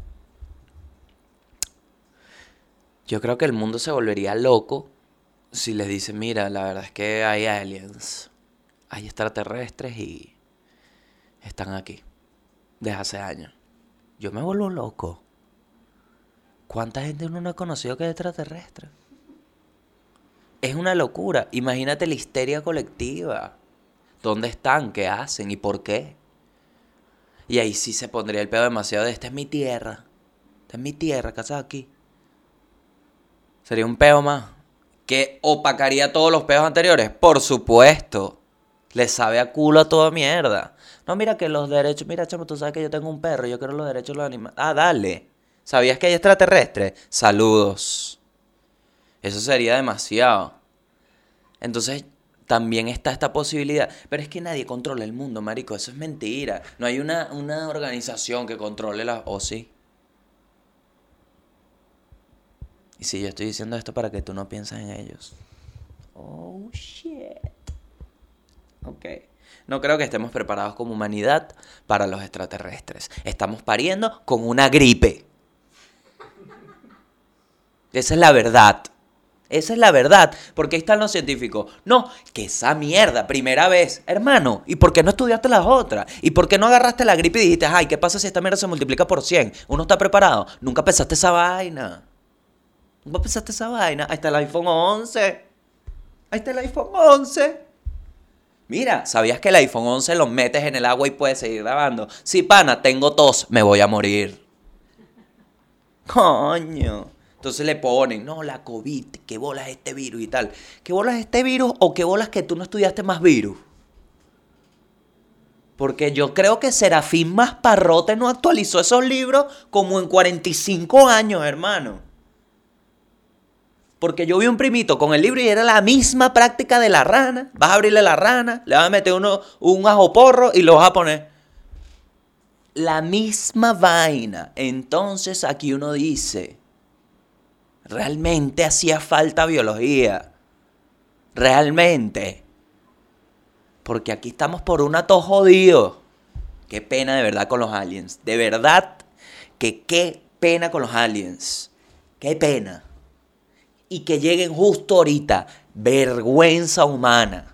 Yo creo que el mundo se volvería loco si les dicen, mira, la verdad es que hay aliens, hay extraterrestres y están aquí desde hace años. Yo me vuelvo loco. ¿Cuánta gente uno no ha conocido que es extraterrestre? Es una locura. Imagínate la histeria colectiva. ¿Dónde están? ¿Qué hacen? ¿Y por qué? Y ahí sí se pondría el pedo demasiado de esta es mi tierra. Esta es mi tierra, casa aquí. Sería un peo más. ¿Que opacaría todos los peos anteriores? Por supuesto. Le sabe a culo a toda mierda. No, mira que los derechos... Mira, chamo, tú sabes que yo tengo un perro. Yo quiero los derechos de los animales. Ah, dale. ¿Sabías que hay extraterrestres? Saludos. Eso sería demasiado. Entonces, también está esta posibilidad. Pero es que nadie controla el mundo, marico. Eso es mentira. No hay una, una organización que controle la... ¿O sí? Y si yo estoy diciendo esto para que tú no pienses en ellos. Oh, shit. Ok. No creo que estemos preparados como humanidad para los extraterrestres. Estamos pariendo con una gripe. Esa es la verdad. Esa es la verdad. Porque ahí están los científicos. No, que esa mierda, primera vez. Hermano, ¿y por qué no estudiaste las otras? ¿Y por qué no agarraste la gripe y dijiste, ay, ¿qué pasa si esta mierda se multiplica por cien? ¿Uno está preparado? Nunca pensaste esa vaina. Nunca pensaste esa vaina. Ahí está el iPhone once. Ahí está el iPhone once. Mira, ¿sabías que el iPhone once lo metes en el agua y puedes seguir grabando? Sí, pana, tengo tos, me voy a morir. Coño. Entonces le ponen, no, la COVID, ¿qué bolas este virus y tal? ¿Qué bolas este virus o qué bolas que tú no estudiaste más virus? Porque yo creo que Serafín Masparrote no actualizó esos libros como en cuarenta y cinco años, hermano. Porque yo vi un primito con el libro y era la misma práctica de la rana. Vas a abrirle la rana, le vas a meter uno, un ajo porro y lo vas a poner. La misma vaina. Entonces aquí uno dice, realmente hacía falta biología. Realmente. Porque aquí estamos por un ato jodido. Qué pena de verdad con los aliens. De verdad que qué pena con los aliens. Qué pena. Y que lleguen justo ahorita. Vergüenza humana.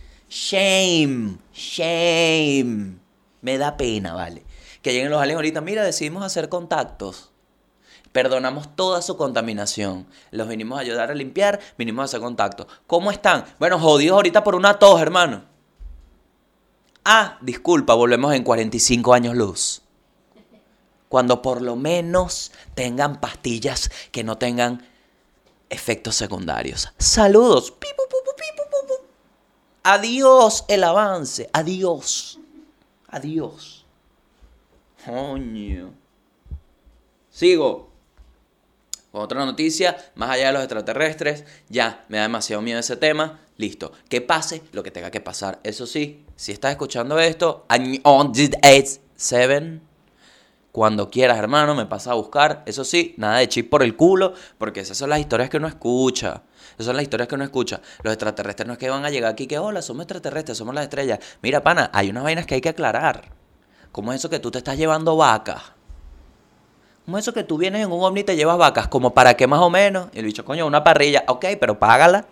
Shame. Shame. Me da pena, ¿vale? Que lleguen los aliens ahorita. Mira, decidimos hacer contactos. Perdonamos toda su contaminación. Los vinimos a ayudar a limpiar. Vinimos a hacer contactos. ¿Cómo están? Bueno, jodidos ahorita por una tos, hermano. Ah, disculpa, volvemos en cuarenta y cinco años luz. Cuando por lo menos tengan pastillas que no tengan efectos secundarios. Saludos. Pi, pu, pu, pu, pi, pu, pu, pu. Adiós el avance. Adiós. Adiós. Coño. Sigo. Con otra noticia, más allá de los extraterrestres, ya me da demasiado miedo ese tema. Listo. Que pase lo que tenga que pasar. Eso sí, si estás escuchando esto, on eight seven, cuando quieras, hermano, me pasa a buscar. Eso sí, nada de chip por el culo, porque esas son las historias que uno escucha. Esas son las historias que uno escucha. Los extraterrestres no es que van a llegar aquí que, hola, somos extraterrestres, somos las estrellas. Mira, pana, hay unas vainas que hay que aclarar. ¿Cómo es eso que tú te estás llevando vacas? ¿Cómo es eso que tú vienes en un ovni y te llevas vacas? ¿Como para qué más o menos? Y el bicho, coño, una parrilla. Ok, pero págala.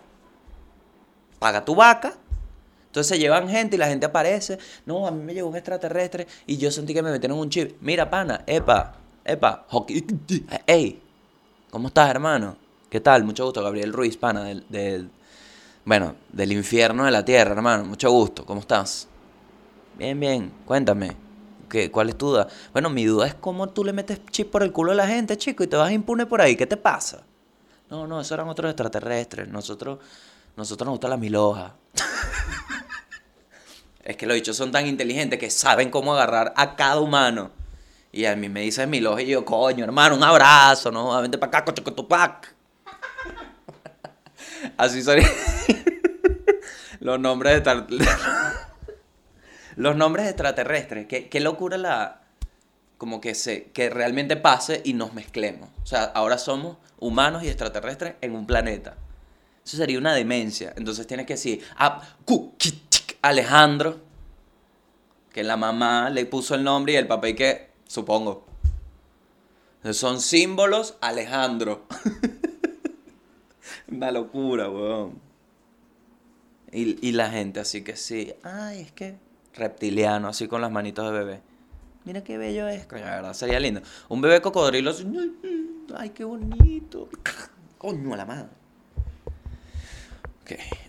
Paga tu vaca. Entonces se llevan gente y la gente aparece. No, a mí me llegó un extraterrestre y yo sentí que me metieron un chip. Mira, pana, epa, epa, hey, ¿cómo estás, hermano? ¿Qué tal? Mucho gusto, Gabriel Ruiz, pana, del, del, bueno, del infierno de la tierra, hermano. Mucho gusto, ¿cómo estás? Bien, bien, cuéntame. ¿Qué, ¿Cuál es tu duda? Bueno, mi duda es cómo tú le metes chip por el culo a la gente, chico, y te vas impune por ahí. ¿Qué te pasa? No, no, esos eran otros extraterrestres. Nosotros, nosotros nos gusta la milhoja. Es que los bichos son tan inteligentes que saben cómo agarrar a cada humano. Y a mí me dicen milhoja y yo, coño, hermano, un abrazo, ¿no? Vente para acá, cocho, con tu pack. Así son los nombres de tar... los nombres extraterrestres. Qué, qué locura la... Como que se que realmente pase y nos mezclemos. O sea, ahora somos humanos y extraterrestres en un planeta. Eso sería una demencia. Entonces tienes que decir... Ah, Alejandro, que la mamá le puso el nombre y el papá y que, supongo. Son símbolos Alejandro. Una locura, weón. Y, y la gente así que sí. Ay, es que reptiliano, así con las manitos de bebé. Mira qué bello es. Coño, la verdad, sería lindo. Un bebé cocodrilo así. Ay, qué bonito. Coño, a la madre. Ok.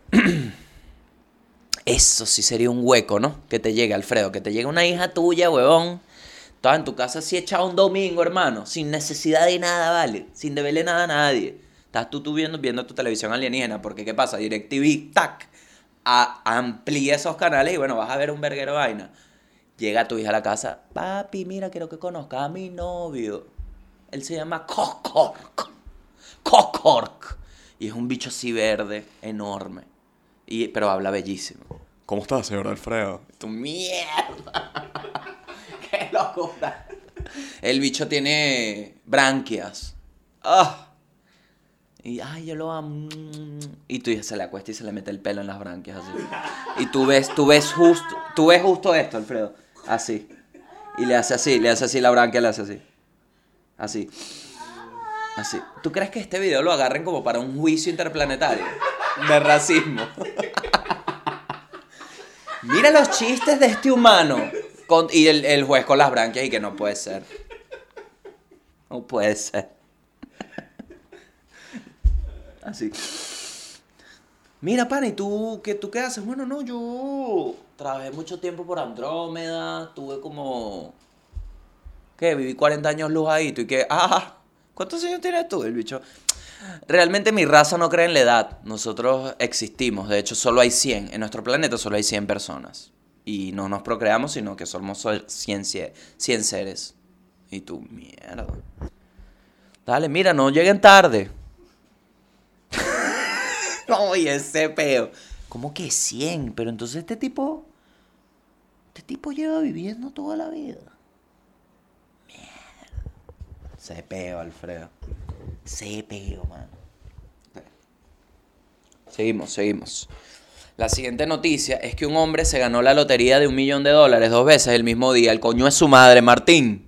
Eso sí sería un hueco, ¿no? Que te llegue, Alfredo, que te llegue una hija tuya, huevón. Estás en tu casa así echado un domingo, hermano. Sin necesidad de nada, ¿vale? Sin deberle nada a nadie. Estás tú, tú viendo, viendo tu televisión alienígena. Porque, ¿qué pasa? DirecTV, tac. A, amplía esos canales y, bueno, vas a ver un verguero de vaina. Llega tu hija a la casa. Papi, mira, quiero que conozca a mi novio. Él se llama Cocork. Cocork. Y es un bicho así verde, enorme. Y, pero habla bellísimo. ¿Cómo estás, señor Alfredo? Tu mierda. Qué locura. El bicho tiene branquias. Ah. Y ay, yo lo amo. Y tú ya se le acuesta y se le mete el pelo en las branquias así. Y tú ves, tú ves justo, tú ves justo esto, Alfredo. Así. Y le hace así, le hace así la branquia, le hace así. Así. Así. ¿Tú crees que este video lo agarren como para un juicio interplanetario de racismo? Mira los chistes de este humano. Con, y el, el juez con las branquias y que no puede ser. No puede ser. Así. Mira, pana, ¿y tú qué, tú qué haces? Bueno, no, yo trabajé mucho tiempo por Andrómeda, tuve como... ¿Qué? Viví cuarenta años luz ahí, tú y que... Ah, ¿cuántos años tienes tú? El bicho... Realmente mi raza no cree en la edad. Nosotros existimos. De hecho, solo hay cien. En nuestro planeta solo hay cien personas. Y no nos procreamos, sino que somos cien, cien seres. Y tú, mierda. Dale, mira, no lleguen tarde. Oye, ese peo. ¿Cómo que cien? Pero entonces este tipo... Este tipo lleva viviendo toda la vida. Mierda. Ese peo, Alfredo. Ese peo, mano. Seguimos, seguimos. La siguiente noticia es que un hombre se ganó la lotería de un millón de dólares dos veces el mismo día. El coño es su madre, Martín.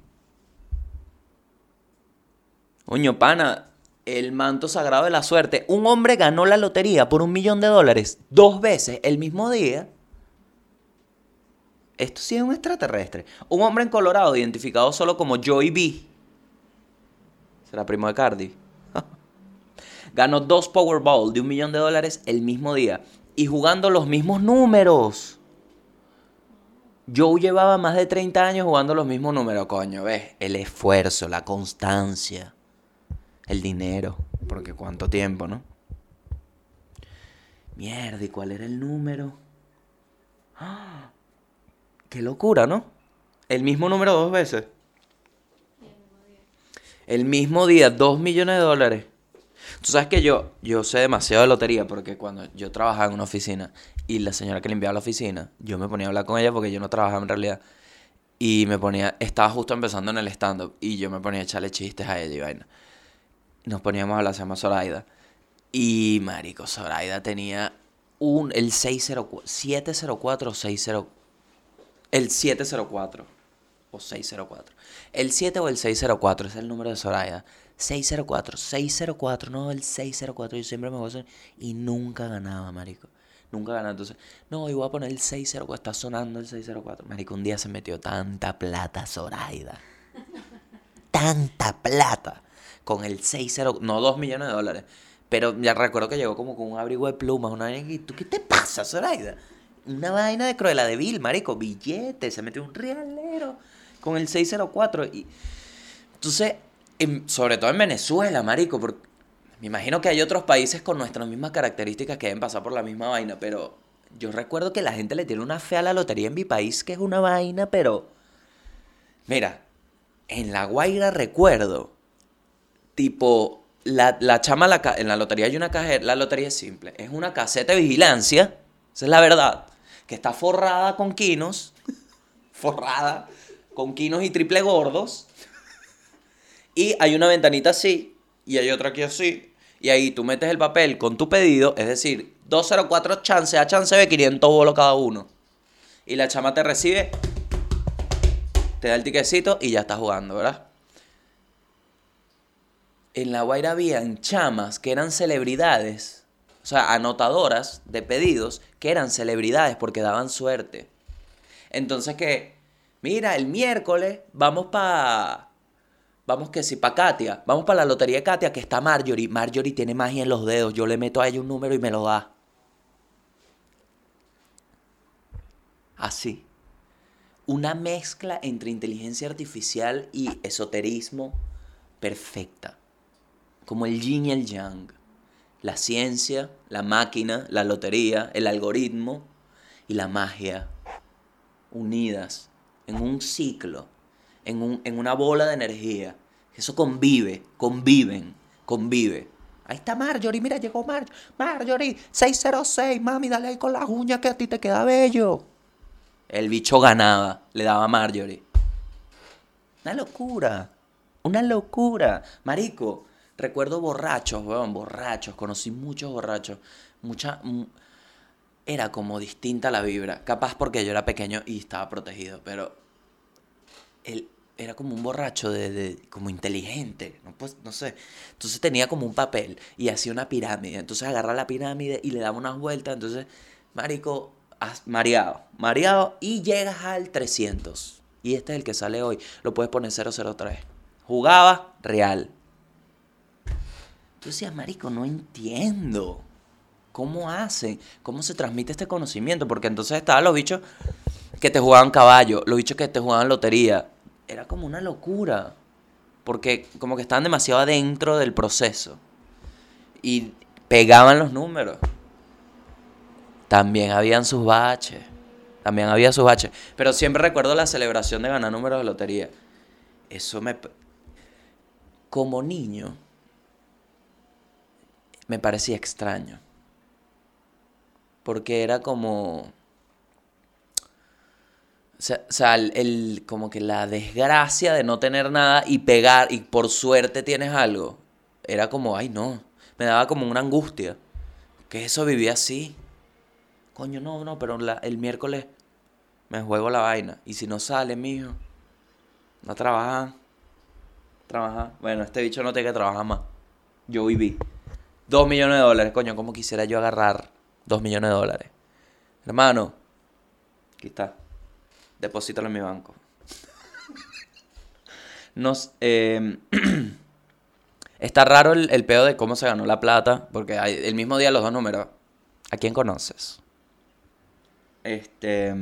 Coño, pana... El manto sagrado de la suerte. Un hombre ganó la lotería por un millón de dólares dos veces el mismo día. Esto sí es un extraterrestre. Un hombre en Colorado, identificado solo como Joey B. Será primo de Cardi. Ganó dos Powerball de un millón de dólares el mismo día. Y jugando los mismos números. Joe llevaba más de treinta años jugando los mismos números, coño. ¿Ves? El esfuerzo, la constancia. El dinero, porque cuánto tiempo, ¿no? Mierda, ¿y cuál era el número? ¡Ah! ¡Qué locura!, ¿no? El mismo número dos veces. El mismo día, dos millones de dólares. Tú sabes que yo, yo sé demasiado de lotería, porque cuando yo trabajaba en una oficina y la señora que limpiaba la oficina, yo me ponía a hablar con ella porque yo no trabajaba en realidad. Y me ponía, estaba justo empezando en el stand-up y yo me ponía a echarle chistes a ella y vaina. Nos poníamos a hablar, se llama Zoraida. Y, marico, Zoraida tenía un, el seis cero cuatro, siete cero cuatro o seis cero... El siete cero cuatro o seis cero cuatro. El siete o el seis cero cuatro es el número de Zoraida. seis cero cuatro, seis cero cuatro, no, el seis cero cuatro. Yo siempre me gozo y nunca ganaba, marico. Nunca ganaba. Entonces, no, yo voy a poner el seis cero cuatro. Está sonando el seis cero cuatro. Marico, un día se metió tanta plata Zoraida. Tanta plata. Con el seis cero, no dos millones de dólares. Pero ya recuerdo que llegó como con un abrigo de plumas. Una vaina y ¿tú qué te pasa, Zoraida? Una vaina de Cruella de Vil, marico. Billete, se metió un realero con el seis cero cuatro. Y entonces, en, sobre todo en Venezuela, marico. Porque me imagino que hay otros países con nuestras mismas características que deben pasar por la misma vaina. Pero yo recuerdo que la gente le tiene una fe a la lotería en mi país, que es una vaina, pero... Mira, en La Guaira recuerdo... Tipo, la, la chama la, en la lotería hay una cajera. La lotería es simple. Es una caseta de vigilancia. Esa es la verdad. Que está forrada con quinos. Forrada con quinos y triple gordos. Y hay una ventanita así. Y hay otra aquí así. Y ahí tú metes el papel con tu pedido. Es decir, doscientos cuatro chance A, chance B, quinientos bolos cada uno. Y la chama te recibe. Te da el tiquecito y ya estás jugando, ¿verdad? En La Guaira habían chamas que eran celebridades, o sea, anotadoras de pedidos que eran celebridades porque daban suerte. Entonces que, mira, el miércoles vamos para, vamos que si, para Katia, vamos para la lotería de Katia que está Marjorie. Marjorie tiene magia en los dedos, yo le meto a ella un número y me lo da. Así. Una mezcla entre inteligencia artificial y esoterismo perfecta. Como el yin y el yang. La ciencia, la máquina, la lotería, el algoritmo y la magia. Unidas en un ciclo, en, un, en una bola de energía. Eso convive, conviven, convive. Ahí está Marjorie, mira, llegó Marjorie. Marjorie, seis cero seis, mami, dale ahí con las uñas que a ti te queda bello. El bicho ganaba, le daba a Marjorie. Una locura, una locura. Marico, recuerdo borrachos, weón, borrachos. Conocí muchos borrachos. Mucha... m- Era como distinta la vibra. Capaz porque yo era pequeño y estaba protegido, pero... El, era como un borracho, de, de como inteligente, no, pues, no sé. Entonces tenía como un papel y hacía una pirámide. Entonces agarraba la pirámide y le daba unas vueltas. Entonces, marico, has- mareado, mareado y llegas al trescientos. Y este es el que sale hoy. Lo puedes poner cero cero tres. Jugaba real. Tú decías, marico, no entiendo. ¿Cómo hacen? ¿Cómo se transmite este conocimiento? Porque entonces estaban los bichos que te jugaban caballo, los bichos que te jugaban lotería. Era como una locura. Porque como que estaban demasiado adentro del proceso. Y pegaban los números. También habían sus baches. También había sus baches. Pero siempre recuerdo la celebración de ganar números de lotería. Eso me... Como niño, me parecía extraño. Porque era como... O sea, o sea, el, el- como que la desgracia de no tener nada y pegar y por suerte tienes algo. Era como, ay no, me daba como una angustia. Que eso vivía así. Coño, no, no, pero la- el miércoles me juego la vaina. Y si no sale, mijo, no trabaja, trabaja. Bueno, este bicho no tiene que trabajar más. Yo viví. Dos millones de dólares, coño, ¿cómo quisiera yo agarrar dos millones de dólares? Hermano, aquí está. Deposítalo en mi banco. Nos, eh, está raro el, el peo de cómo se ganó la plata, porque hay, el mismo día los dos números. ¿A quién conoces? Este...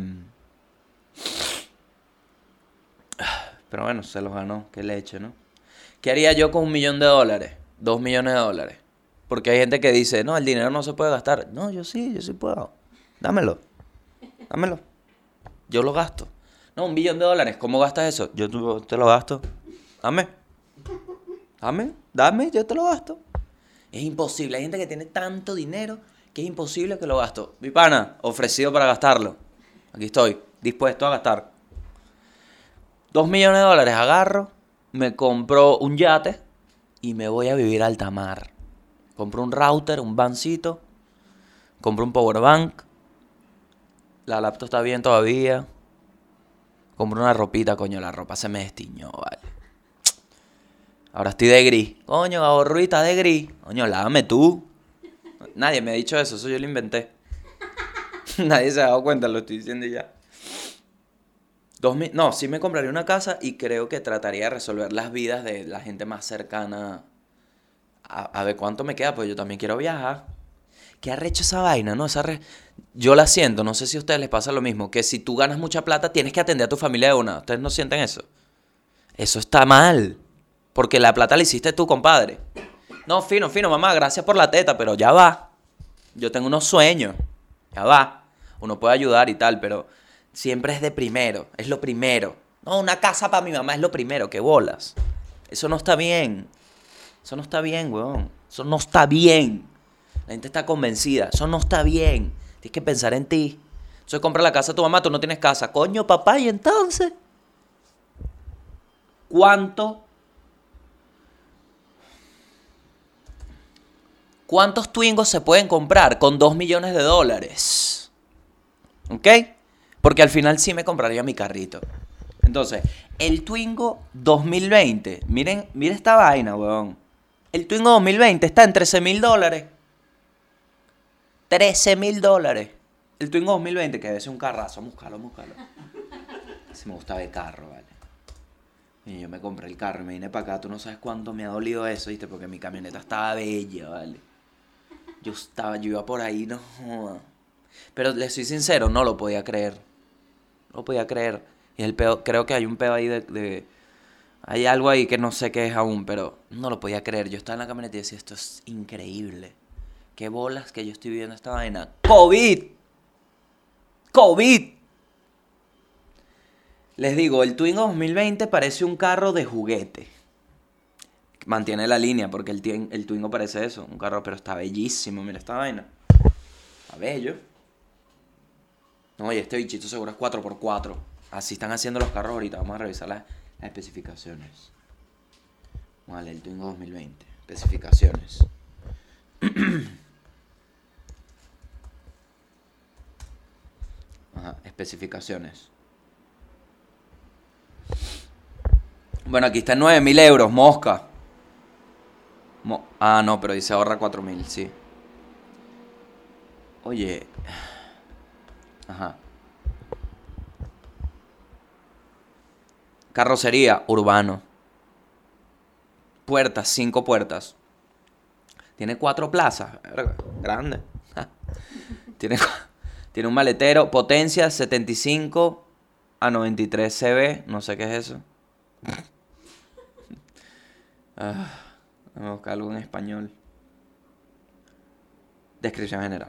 Pero bueno, se los ganó. Qué leche, ¿no? ¿Qué haría yo con un millón de dólares? Dos millones de dólares. Porque hay gente que dice, no, el dinero no se puede gastar. No, yo sí, yo sí puedo. Dámelo. Dámelo. Yo lo gasto. No, un billón de dólares. ¿Cómo gastas eso? Yo tu- te lo gasto. Dame. Dame. Dame, yo te lo gasto. Es imposible. Hay gente que tiene tanto dinero que es imposible que lo gasto. Mi pana, ofrecido para gastarlo. Aquí estoy, dispuesto a gastar. Dos millones de dólares agarro, me compro un yate y me voy a vivir a alta mar. Compro un router, un vancito, compro un power bank, la laptop está bien todavía. Compro una ropita, coño, la ropa se me destiñó, vale. Ahora estoy de gris. Coño, ahorrita de gris. Coño, lávame tú. Nadie me ha dicho eso, eso yo lo inventé. Nadie se ha dado cuenta, lo estoy diciendo ya. Dos mil, no, sí me compraría una casa y creo que trataría de resolver las vidas de la gente más cercana. A, a ver cuánto me queda, pues yo también quiero viajar. Qué arrecho esa vaina, ¿no? Esa re- Yo la siento, no sé si a ustedes les pasa lo mismo, que si tú ganas mucha plata tienes que atender a tu familia de una. ¿Ustedes no sienten eso? Eso está mal, porque la plata la hiciste tú, compadre. No, fino, fino, mamá, gracias por la teta, pero ya va. Yo tengo unos sueños, ya va. Uno puede ayudar y tal, pero siempre es de primero, es lo primero. No, una casa para mi mamá es lo primero, qué bolas. Eso no está bien. Eso no está bien, weón. Eso no está bien. La gente está convencida. Eso no está bien. Tienes que pensar en ti. Entonces compra la casa a tu mamá, tú no tienes casa. Coño, papá, ¿y entonces? ¿Cuánto? ¿Cuántos Twingos se pueden comprar con dos millones de dólares? ¿Ok? Porque al final sí me compraría mi carrito. Entonces, el Twingo dos mil veinte. Miren, miren esta vaina, weón. El Twingo dos mil veinte está en trece mil dólares. trece mil dólares. El Twingo dos mil veinte, que debe ser un carrazo. Vamos a buscarlo, vamos a buscarlo. Si me gustaba el carro, vale. Y yo me compré el carro y me vine para acá. Tú no sabes cuánto me ha dolido eso, ¿viste? Porque mi camioneta estaba bella, vale. Yo estaba, yo iba por ahí, no joda. Pero les soy sincero, no lo podía creer. No lo podía creer. Y el peo, creo que hay un peo ahí de, de... Hay algo ahí que no sé qué es aún, pero no lo podía creer. Yo estaba en la camioneta y decía, esto es increíble. Qué bolas que yo estoy viviendo esta vaina. ¡COVID! ¡COVID! Les digo, el Twingo dos mil veinte parece un carro de juguete. Mantiene la línea porque el, tien- el Twingo parece eso, un carro, pero está bellísimo, mira esta vaina. Está bello. No, y este bichito seguro es cuatro por cuatro. Así están haciendo los carros ahorita. Vamos a revisar las, las especificaciones. Vale, el Twingo dos mil veinte. Especificaciones. Ajá, especificaciones. Bueno, aquí está en nueve mil euros, mosca. Mo- ah, no, pero dice ahorra cuatro mil, sí. Oye. Ajá. Carrocería, urbano. Puertas, cinco puertas. Tiene cuatro plazas. Verga, grande. Tiene, tiene un maletero. Potencia setenta y cinco a noventa y tres C B. No sé qué es eso. Ah, vamos a buscar algo en español. Descripción general.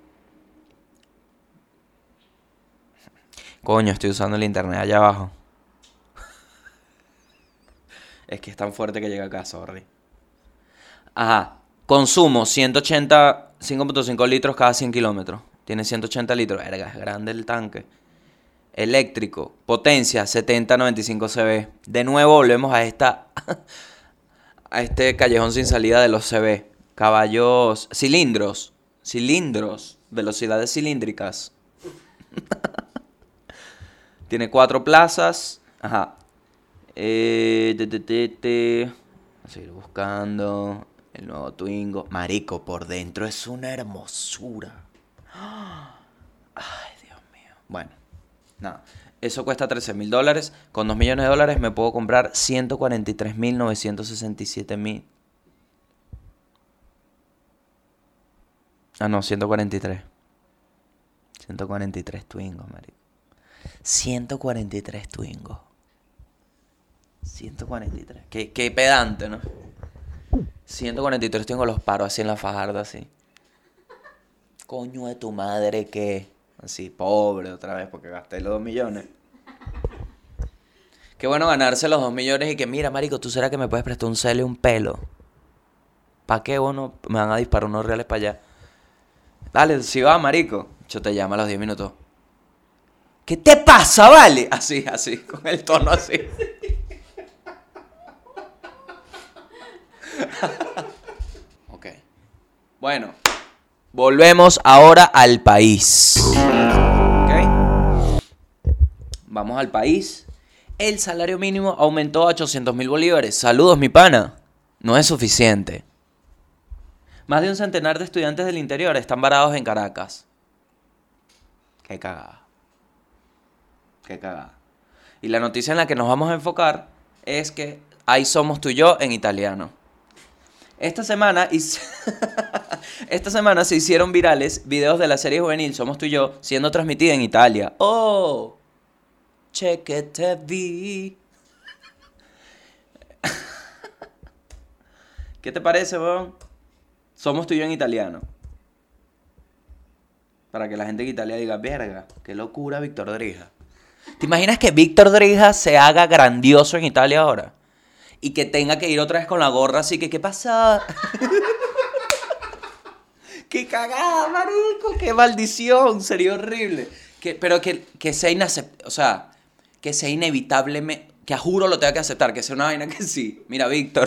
Coño, estoy usando el internet allá abajo. Es que es tan fuerte que llega acá, sorry. Ajá. Consumo ciento ochenta, cinco punto cinco litros cada cien kilómetros. Tiene ciento ochenta litros. Verga, es grande el tanque. Eléctrico. Potencia setenta a noventa y cinco C B. De nuevo volvemos a esta... a este callejón sin salida de los C B. Caballos... Cilindros. Cilindros. Velocidades cilíndricas. Tiene cuatro plazas. Ajá. Eh, te, te, te, te. Vamos a seguir buscando. El nuevo Twingo. Marico, por dentro es una hermosura. Ay, Dios mío. Bueno, nada. Eso cuesta trece mil dólares. Con dos millones de dólares me puedo comprar ciento cuarenta y tres mil novecientos sesenta y siete mil. Ah, no, ciento cuarenta y tres. ciento cuarenta y tres Twingos, marico. ciento cuarenta y tres Twingos. ciento cuarenta y tres. Qué, qué pedante, ¿no? ciento cuarenta y tres Twingos los paro así en la fajarda, así. Coño de tu madre, ¿qué? Así, pobre otra vez porque gasté los dos millones. Qué bueno ganarse los dos millones y que, mira, marico, ¿tú será que me puedes prestar un cel y un pelo? ¿Para qué, bueno? Me van a disparar unos reales para allá. Dale, si va, marico. Yo te llamo a los diez minutos. ¿Qué te pasa, vale? Así, así, con el tono así. Ok. Bueno, volvemos ahora al país. Ok. Vamos al país. El salario mínimo aumentó a ochocientos mil bolívares. Saludos, mi pana. No es suficiente. Más de un centenar de estudiantes del interior están varados en Caracas. Qué cagada. Qué cagada. Y la noticia en la que nos vamos a enfocar es que ahí somos tú y yo en italiano. Esta semana, hice... Esta semana se hicieron virales videos de la serie juvenil Somos tú y yo siendo transmitida en Italia. ¡Oh! Che que te vi. ¿Qué te parece, weón? Somos tú y yo en italiano. Para que la gente en Italia diga, verga, qué locura Víctor Drija. ¿Te imaginas que Víctor Drija se haga grandioso en Italia ahora? Y que tenga que ir otra vez con la gorra así que, ¿qué pasa? ¡Qué cagada, marico! ¡Qué maldición! Sería horrible. Que, pero que, que sea inaceptable, o sea, que sea inevitable, que a juro lo tenga que aceptar, que sea una vaina que sí. Mira, Víctor.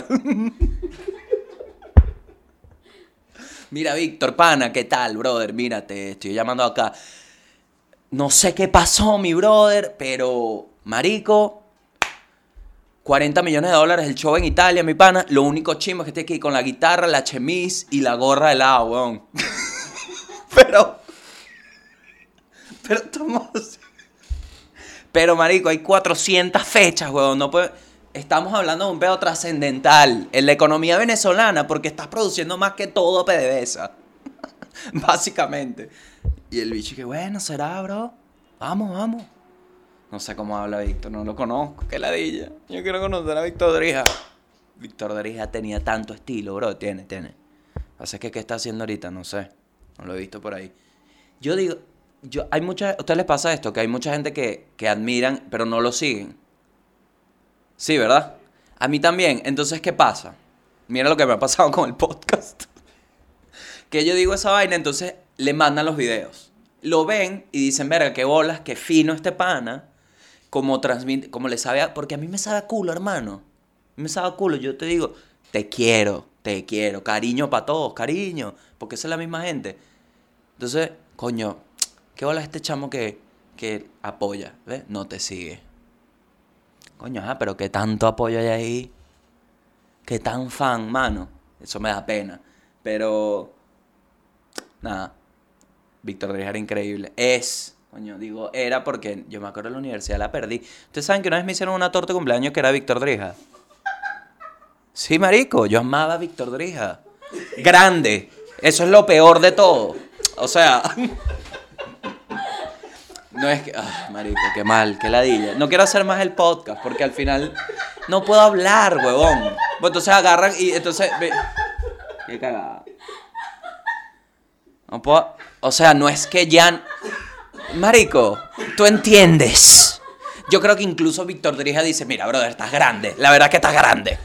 Mira, Víctor, pana, ¿qué tal, brother? Mira, te estoy llamando acá. No sé qué pasó, mi brother, pero, marico, cuarenta millones de dólares el show en Italia, mi pana. Lo único chimbo es que estoy aquí con la guitarra, la chemise y la gorra de lado, weón. pero, pero, estamos... Pero, marico, hay cuatrocientas fechas, weón. No puede... Estamos hablando de un pedo trascendental en la economía venezolana porque estás produciendo más que todo PDVSA. Básicamente. Y el bicho que, bueno, será, bro. Vamos, vamos. No sé cómo habla Víctor, no lo conozco. Qué ladilla. Yo quiero conocer a Víctor Drija. Víctor Drija tenía tanto estilo, bro. Tiene, tiene. Pasa que, ¿qué está haciendo ahorita? No sé. No lo he visto por ahí. Yo digo, yo, hay mucha, ¿a ustedes les pasa esto? Que hay mucha gente que, que admiran, pero no lo siguen. Sí, ¿verdad? A mí también. Entonces, ¿qué pasa? Mira lo que me ha pasado con el podcast. Que yo digo esa vaina, entonces le mandan los videos. Lo ven y dicen, verga, qué bolas, qué fino este pana. Como transmite, como le sabe a... Porque a mí me sabe a culo, hermano. A mí me sabe a culo. Yo te digo, te quiero, te quiero. Cariño para todos, cariño. Porque esa es la misma gente. Entonces, coño, qué bolas este chamo que, que apoya, ¿ves? No te sigue. Coño, ajá, pero qué tanto apoyo hay ahí. Qué tan fan, mano. Eso me da pena. Pero, nada. Víctor Drija era increíble. Es, coño, digo, era porque yo me acuerdo de la universidad, la perdí. Ustedes saben que una vez me hicieron una torta de cumpleaños que era Víctor Drija. Sí, marico, yo amaba a Víctor Drija. Grande. Eso es lo peor de todo. O sea, no es que... Ay, marico, qué mal, qué ladilla. No quiero hacer más el podcast porque al final no puedo hablar, huevón. Pues entonces agarran y entonces... ve- Qué cagada. No puedo... O sea, no es que ya... Marico, tú entiendes. Yo creo que incluso Víctor Drija dice, mira, brother, estás grande. La verdad es que estás grande.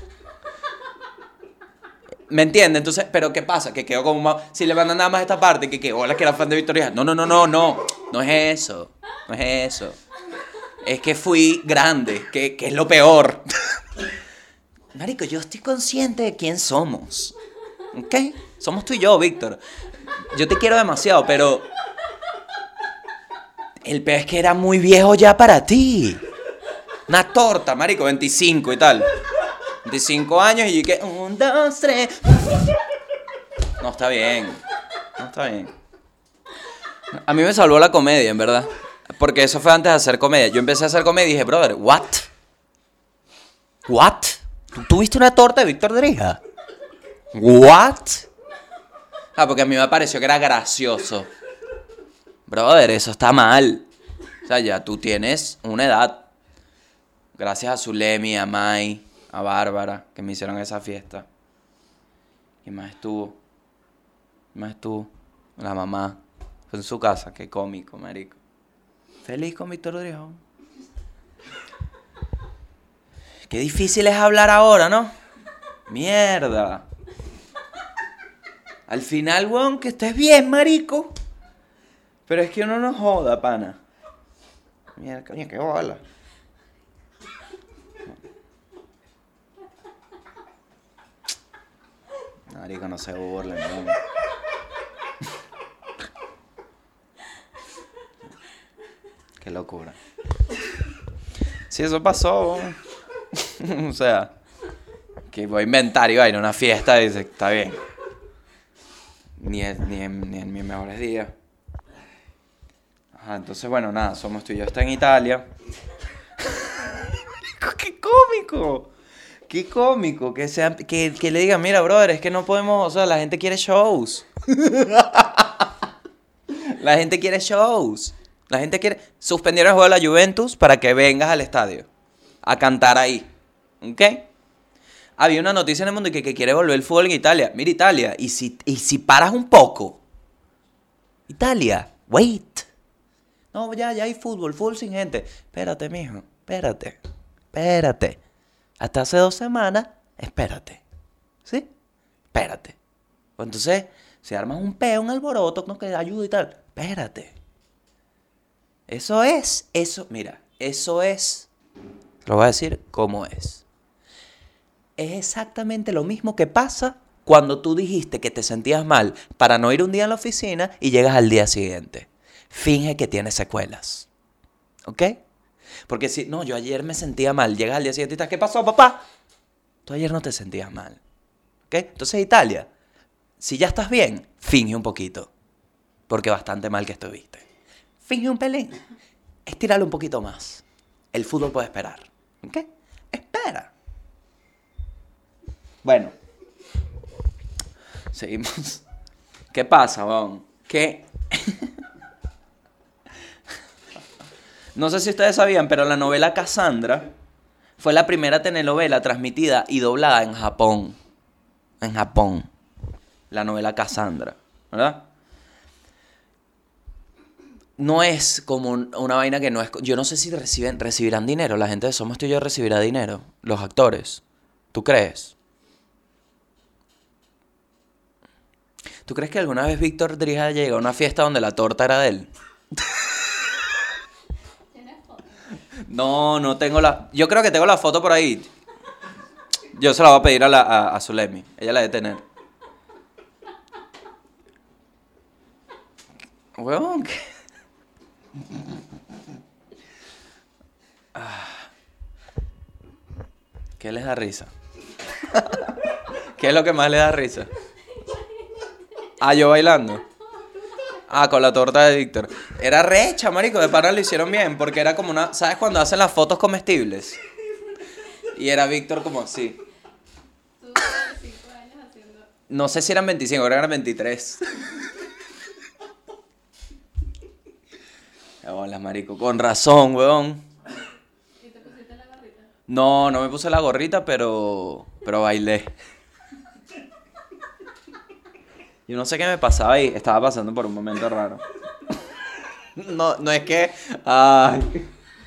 ¿Me entiendes? Entonces, pero ¿qué pasa? Que quedó como... ma- Si le mandan nada más esta parte, que que hola, que era fan de Víctor Drija. No, no, no, no, no. No es eso. No es eso. Es que fui grande, que, que es lo peor. Marico, yo estoy consciente de quién somos. ¿Ok? Somos tú y yo, Víctor. Yo te quiero demasiado, pero... El pez que era muy viejo ya para ti. Una torta, marico, veinticinco y tal. veinticinco años y yo que... Un, dos, tres... No, está bien. No, está bien. A mí me salvó la comedia, en verdad. Porque eso fue antes de hacer comedia. Yo empecé a hacer comedia y dije, brother, what? What? ¿Tú tuviste una torta de Víctor Drija? What? Ah, porque a mí me pareció que era gracioso. Brother, eso está mal. O sea, ya tú tienes una edad. Gracias a Zulemi, a Mai, a Bárbara, que me hicieron esa fiesta. ¿Quién más estuvo? ¿Quién más estuvo? La mamá. Fue en su casa, qué cómico, marico. Feliz con Víctor Drija. Qué difícil es hablar ahora, ¿no? Mierda. Al final, weón, que estés bien, marico. Pero es que uno no joda, pana. Mierda, coño, qué bola. Marico, no se burlen, no. Qué locura. Sí, eso pasó. O sea, que voy a inventar y va a ir a una fiesta y dice, está bien. Ni en, ni en, ni en mis mejores días. Ajá, entonces, bueno, nada, somos tú y yo, está en Italia. ¡Qué cómico! ¡Qué cómico! Que, sea, que, que le digan, mira, brother, es que no podemos, o sea, la gente quiere shows. La gente quiere shows. La gente quiere... Suspendieron el juego de la Juventus para que vengas al estadio a cantar ahí. ¿Ok? Había una noticia en el mundo que, que quiere volver el fútbol en Italia. Mira, Italia, y si, y si paras un poco. Italia, wait. No, ya, ya hay fútbol, fútbol sin gente. Espérate, mijo, espérate, espérate. Hasta hace dos semanas, espérate. ¿Sí? Espérate. Pues entonces, si armas un peo, un alboroto, no que ayuda y tal. Espérate. Eso es, eso, mira, eso es, lo voy a decir como es. Es exactamente lo mismo que pasa cuando tú dijiste que te sentías mal para no ir un día a la oficina y llegas al día siguiente. Finge que tienes secuelas. ¿Ok? Porque si, no, yo ayer me sentía mal, llegas al día siguiente y estás, ¿qué pasó, papá? Tú ayer no te sentías mal. ¿Ok? Entonces, Italia, si ya estás bien, finge un poquito. Porque bastante mal que estuviste. Finge un pelín. Estíralo un poquito más. El fútbol puede esperar. ¿Ok? Espera. Bueno. Seguimos. ¿Qué pasa, Bon? Que... No sé si ustedes sabían, pero la novela Cassandra fue la primera telenovela transmitida y doblada en Japón. En Japón. La novela Cassandra. ¿Verdad? No es como una vaina que no es... Yo no sé si reciben, recibirán dinero. La gente de Somos Tú y Yo recibirá dinero. Los actores. ¿Tú crees? ¿Tú crees que alguna vez Víctor Drija llegó a una fiesta donde la torta era de él? ¿Tienes foto? No, no tengo la... Yo creo que tengo la foto por ahí. Yo se la voy a pedir a, la, a, a Zulemi. Ella la debe tener. Huevón, ¿qué? ¿Qué les da risa? ¿Qué es lo que más les da risa? Ah, yo bailando. Ah, con la torta de Víctor. Era recha, marico, de pana lo hicieron bien, porque era como una... ¿Sabes cuando hacen las fotos comestibles? Y era Víctor como así. Tú veinticinco años haciendo. No sé si eran veinticinco, ahora eran veintitrés. Hola, marico, con razón, weón. ¿Y te pusiste la gorrita? No, no me puse la gorrita, pero... Pero bailé. Yo no sé qué me pasaba ahí. Estaba pasando por un momento raro. No, no es que... Ay.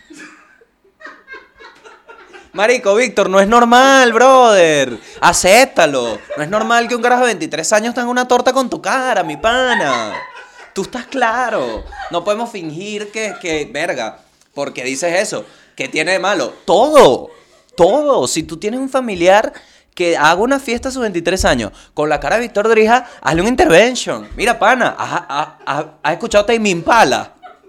Marico, Víctor, no es normal, brother. Acéptalo. No es normal que un carajo de veintitrés años tenga una torta con tu cara, mi pana. Tú estás claro. No podemos fingir que, que, verga, porque dices eso. ¿Qué tiene de malo? Todo. Todo. Si tú tienes un familiar que haga una fiesta a sus veintitrés años con la cara de Víctor Drija, hazle una intervention. Mira, pana, ¿has, has, has- has escuchado Tame Impala?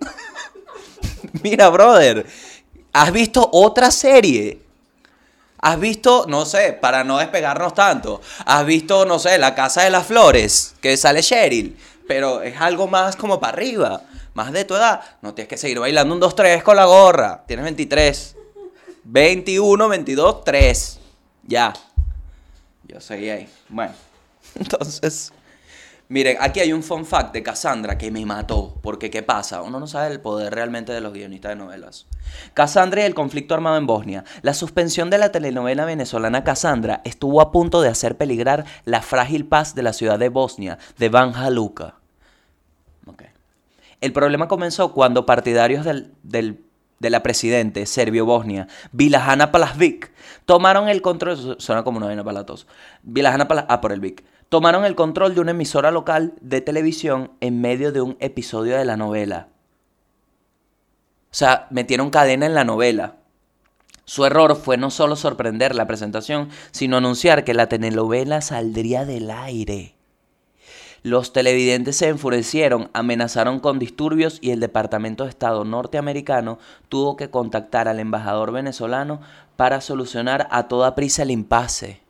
Mira, brother, ¿has visto otra serie? ¿Has visto, no sé, para no despegarnos tanto, has visto, no sé, La Casa de las Flores, que sale Cheryl, pero es algo más como para arriba, más de tu edad? No tienes que seguir bailando un dos tres con la gorra. Tienes veintitrés, veintiuno, veintidós, tres. Ya. Yo seguí ahí. Bueno, entonces... Miren, aquí hay un fun fact de Cassandra que me mató. Porque, ¿qué pasa? Uno no sabe el poder realmente de los guionistas de novelas. Cassandra y el conflicto armado en Bosnia. La suspensión de la telenovela venezolana Cassandra estuvo a punto de hacer peligrar la frágil paz de la ciudad de Bosnia, de Banja Luka. Okay. El problema comenzó cuando partidarios del, del, de la presidente serbio-bosnia, Vilahana Palasvic, tomaron el control... Suena como una vaina para la tos. Vilahana Palas... Ah, por el Vic. Tomaron el control de una emisora local de televisión en medio de un episodio de la novela. O sea, metieron cadena en la novela. Su error fue no solo sorprender la presentación, sino anunciar que la telenovela saldría del aire. Los televidentes se enfurecieron, amenazaron con disturbios y el Departamento de Estado norteamericano tuvo que contactar al embajador venezolano para solucionar a toda prisa el impasse.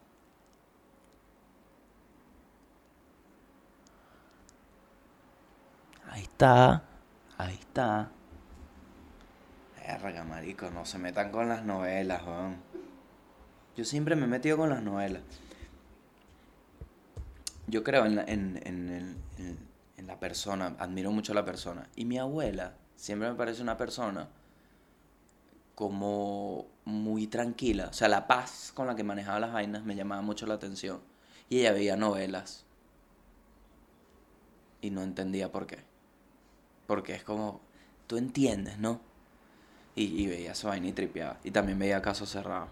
Ahí está, ahí está. Verga, marico, no se metan con las novelas, weón. Yo siempre me he metido con las novelas. Yo creo en la, en, en, el- en- en la persona, admiro mucho a la persona. Y mi abuela siempre me parece una persona como muy tranquila. O sea, la paz con la que manejaba las vainas me llamaba mucho la atención. Y ella veía novelas. Y no entendía por qué. Porque es como, tú entiendes, ¿no? Y, y veía esa vaina y tripeaba. Y también veía Caso Cerrado.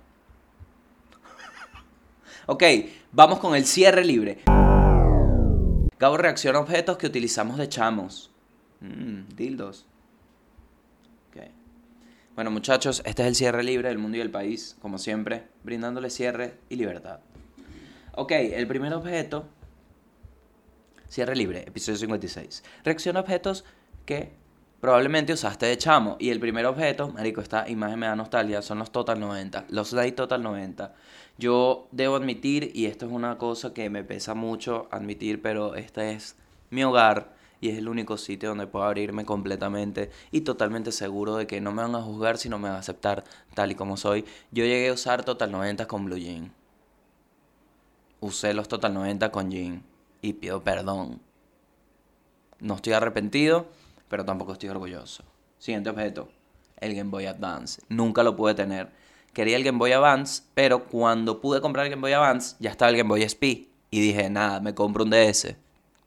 Ok, vamos con el cierre libre. Gabo reacciona a objetos que utilizamos de chamos. Mm, dildos. Ok. Bueno, muchachos, este es el cierre libre del mundo y del país, como siempre, brindándole cierre y libertad. Ok, el primer objeto. Cierre libre, episodio cincuenta y seis. Reacciona a objetos que probablemente usaste de chamo. Y el primer objeto, marico, esta imagen me da nostalgia, son los Total noventa. Los Day Total noventa. Yo debo admitir, y esto es una cosa que me pesa mucho admitir, pero este es mi hogar y es el único sitio donde puedo abrirme completamente y totalmente seguro de que no me van a juzgar, sino me van a aceptar tal y como soy. Yo llegué a usar Total noventa con Blue Jean. Usé los Total noventa con Jean y pido perdón. No estoy arrepentido, pero tampoco estoy orgulloso. Siguiente objeto, el Game Boy Advance. Nunca lo pude tener. Quería el Game Boy Advance, pero cuando pude comprar el Game Boy Advance, ya estaba el Game Boy S P. Y dije, nada, me compro un D S.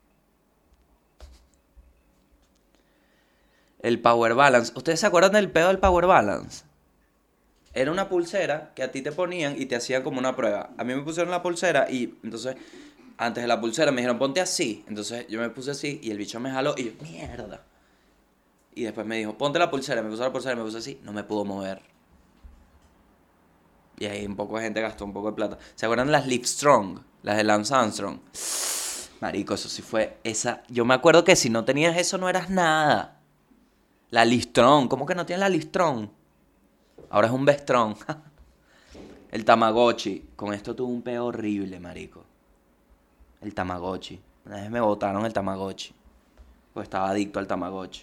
El Power Balance. ¿Ustedes se acuerdan del pedo del Power Balance? Era una pulsera que a ti te ponían y te hacían como una prueba. A mí me pusieron la pulsera y entonces, antes de la pulsera me dijeron, ponte así. Entonces yo me puse así y el bicho me jaló y yo, mierda. Y después me dijo, ponte la pulsera. Me puso la pulsera y me puse así. No me pudo mover. Y ahí un poco de gente gastó un poco de plata. ¿Se acuerdan de las Livestrong? Las de Lance Armstrong. Marico, eso sí fue esa... Yo me acuerdo que si no tenías eso no eras nada. La Livestrong. ¿Cómo que no tienes la Livestrong? Ahora es un Vestron. El Tamagotchi. Con esto tuve un peo horrible, marico. El Tamagotchi. Una vez me botaron el Tamagotchi. Pues estaba adicto al Tamagotchi.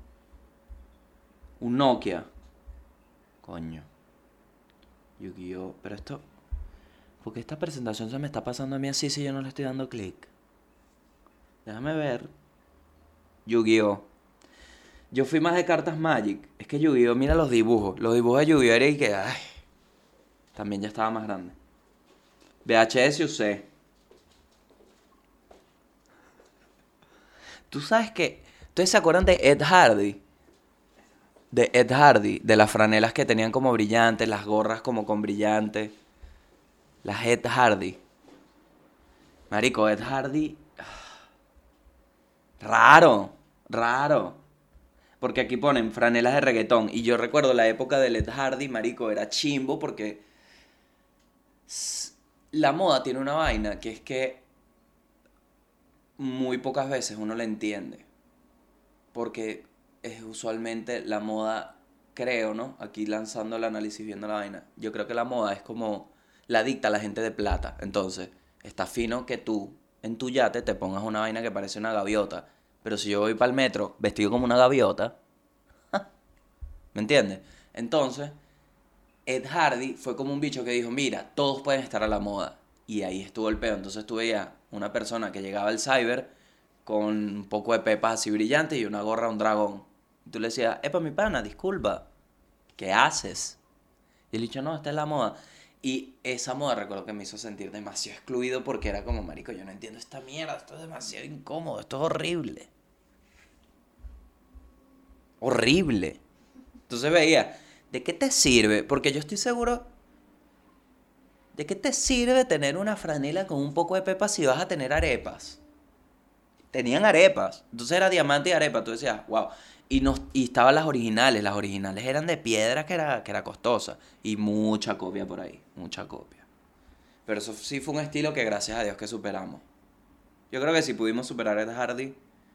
Un Nokia. Coño. Yu-Gi-Oh. Pero esto... ¿Por qué esta presentación se me está pasando a mí así si yo no le estoy dando clic? Déjame ver. Yu-Gi-Oh. Yo fui más de cartas Magic. Es que Yu-Gi-Oh, mira los dibujos. Los dibujos de Yu-Gi-Oh era y que... Ay, también ya estaba más grande. V H S usé. ¿Tú sabes qué? ¿Ustedes se acuerdan de Ed Hardy? De Ed Hardy. De las franelas que tenían como brillantes. Las gorras como con brillantes. Las Ed Hardy. Marico, Ed Hardy... Raro. Raro. Porque aquí ponen franelas de reggaetón. Y yo recuerdo la época de Ed Hardy, marico, era chimbo porque... La moda tiene una vaina que es que... Muy pocas veces uno la entiende. Porque es usualmente la moda, creo, ¿no? Aquí lanzando el análisis, viendo la vaina. Yo creo que la moda es como... La dicta la gente de plata. Entonces, está fino que tú, en tu yate, te pongas una vaina que parece una gaviota. Pero si yo voy para el metro vestido como una gaviota... ¿Me entiendes? Entonces, Ed Hardy fue como un bicho que dijo, mira, todos pueden estar a la moda. Y ahí estuvo el peo. Entonces tú veías una persona que llegaba al cyber con un poco de pepas así brillantes y una gorra a un dragón. Y tú le decías, epa, mi pana, disculpa, ¿qué haces? Y él dicho, no, esta es la moda. Y esa moda recuerdo que me hizo sentir demasiado excluido porque era como, marico, yo no entiendo esta mierda, esto es demasiado incómodo, esto es horrible. Horrible. Entonces veía, ¿de qué te sirve? Porque yo estoy seguro, ¿de qué te sirve tener una franela con un poco de pepas si vas a tener arepas? Tenían arepas, entonces era diamante y arepa, tú decías, wow. Y, no, y estaban las originales, las originales eran de piedra que era, que era costosa. Y mucha copia por ahí, mucha copia. Pero eso sí fue un estilo que gracias a Dios que superamos. Yo creo que si pudimos superar a Ed Hardy,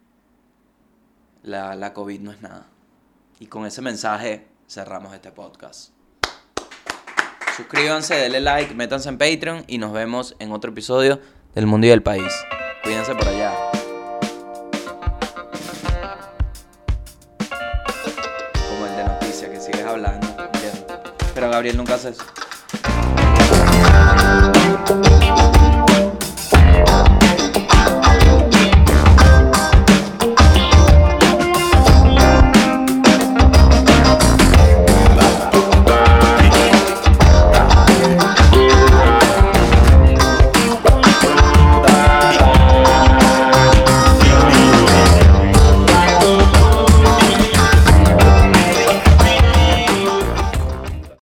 la, la COVID no es nada. Y con ese mensaje cerramos este podcast. Suscríbanse, denle like, métanse en Patreon y nos vemos en otro episodio del Mundo y del País. Cuídense por allá. Como el de noticias que sigues hablando, ¿entiendes? Pero Gabriel nunca hace eso.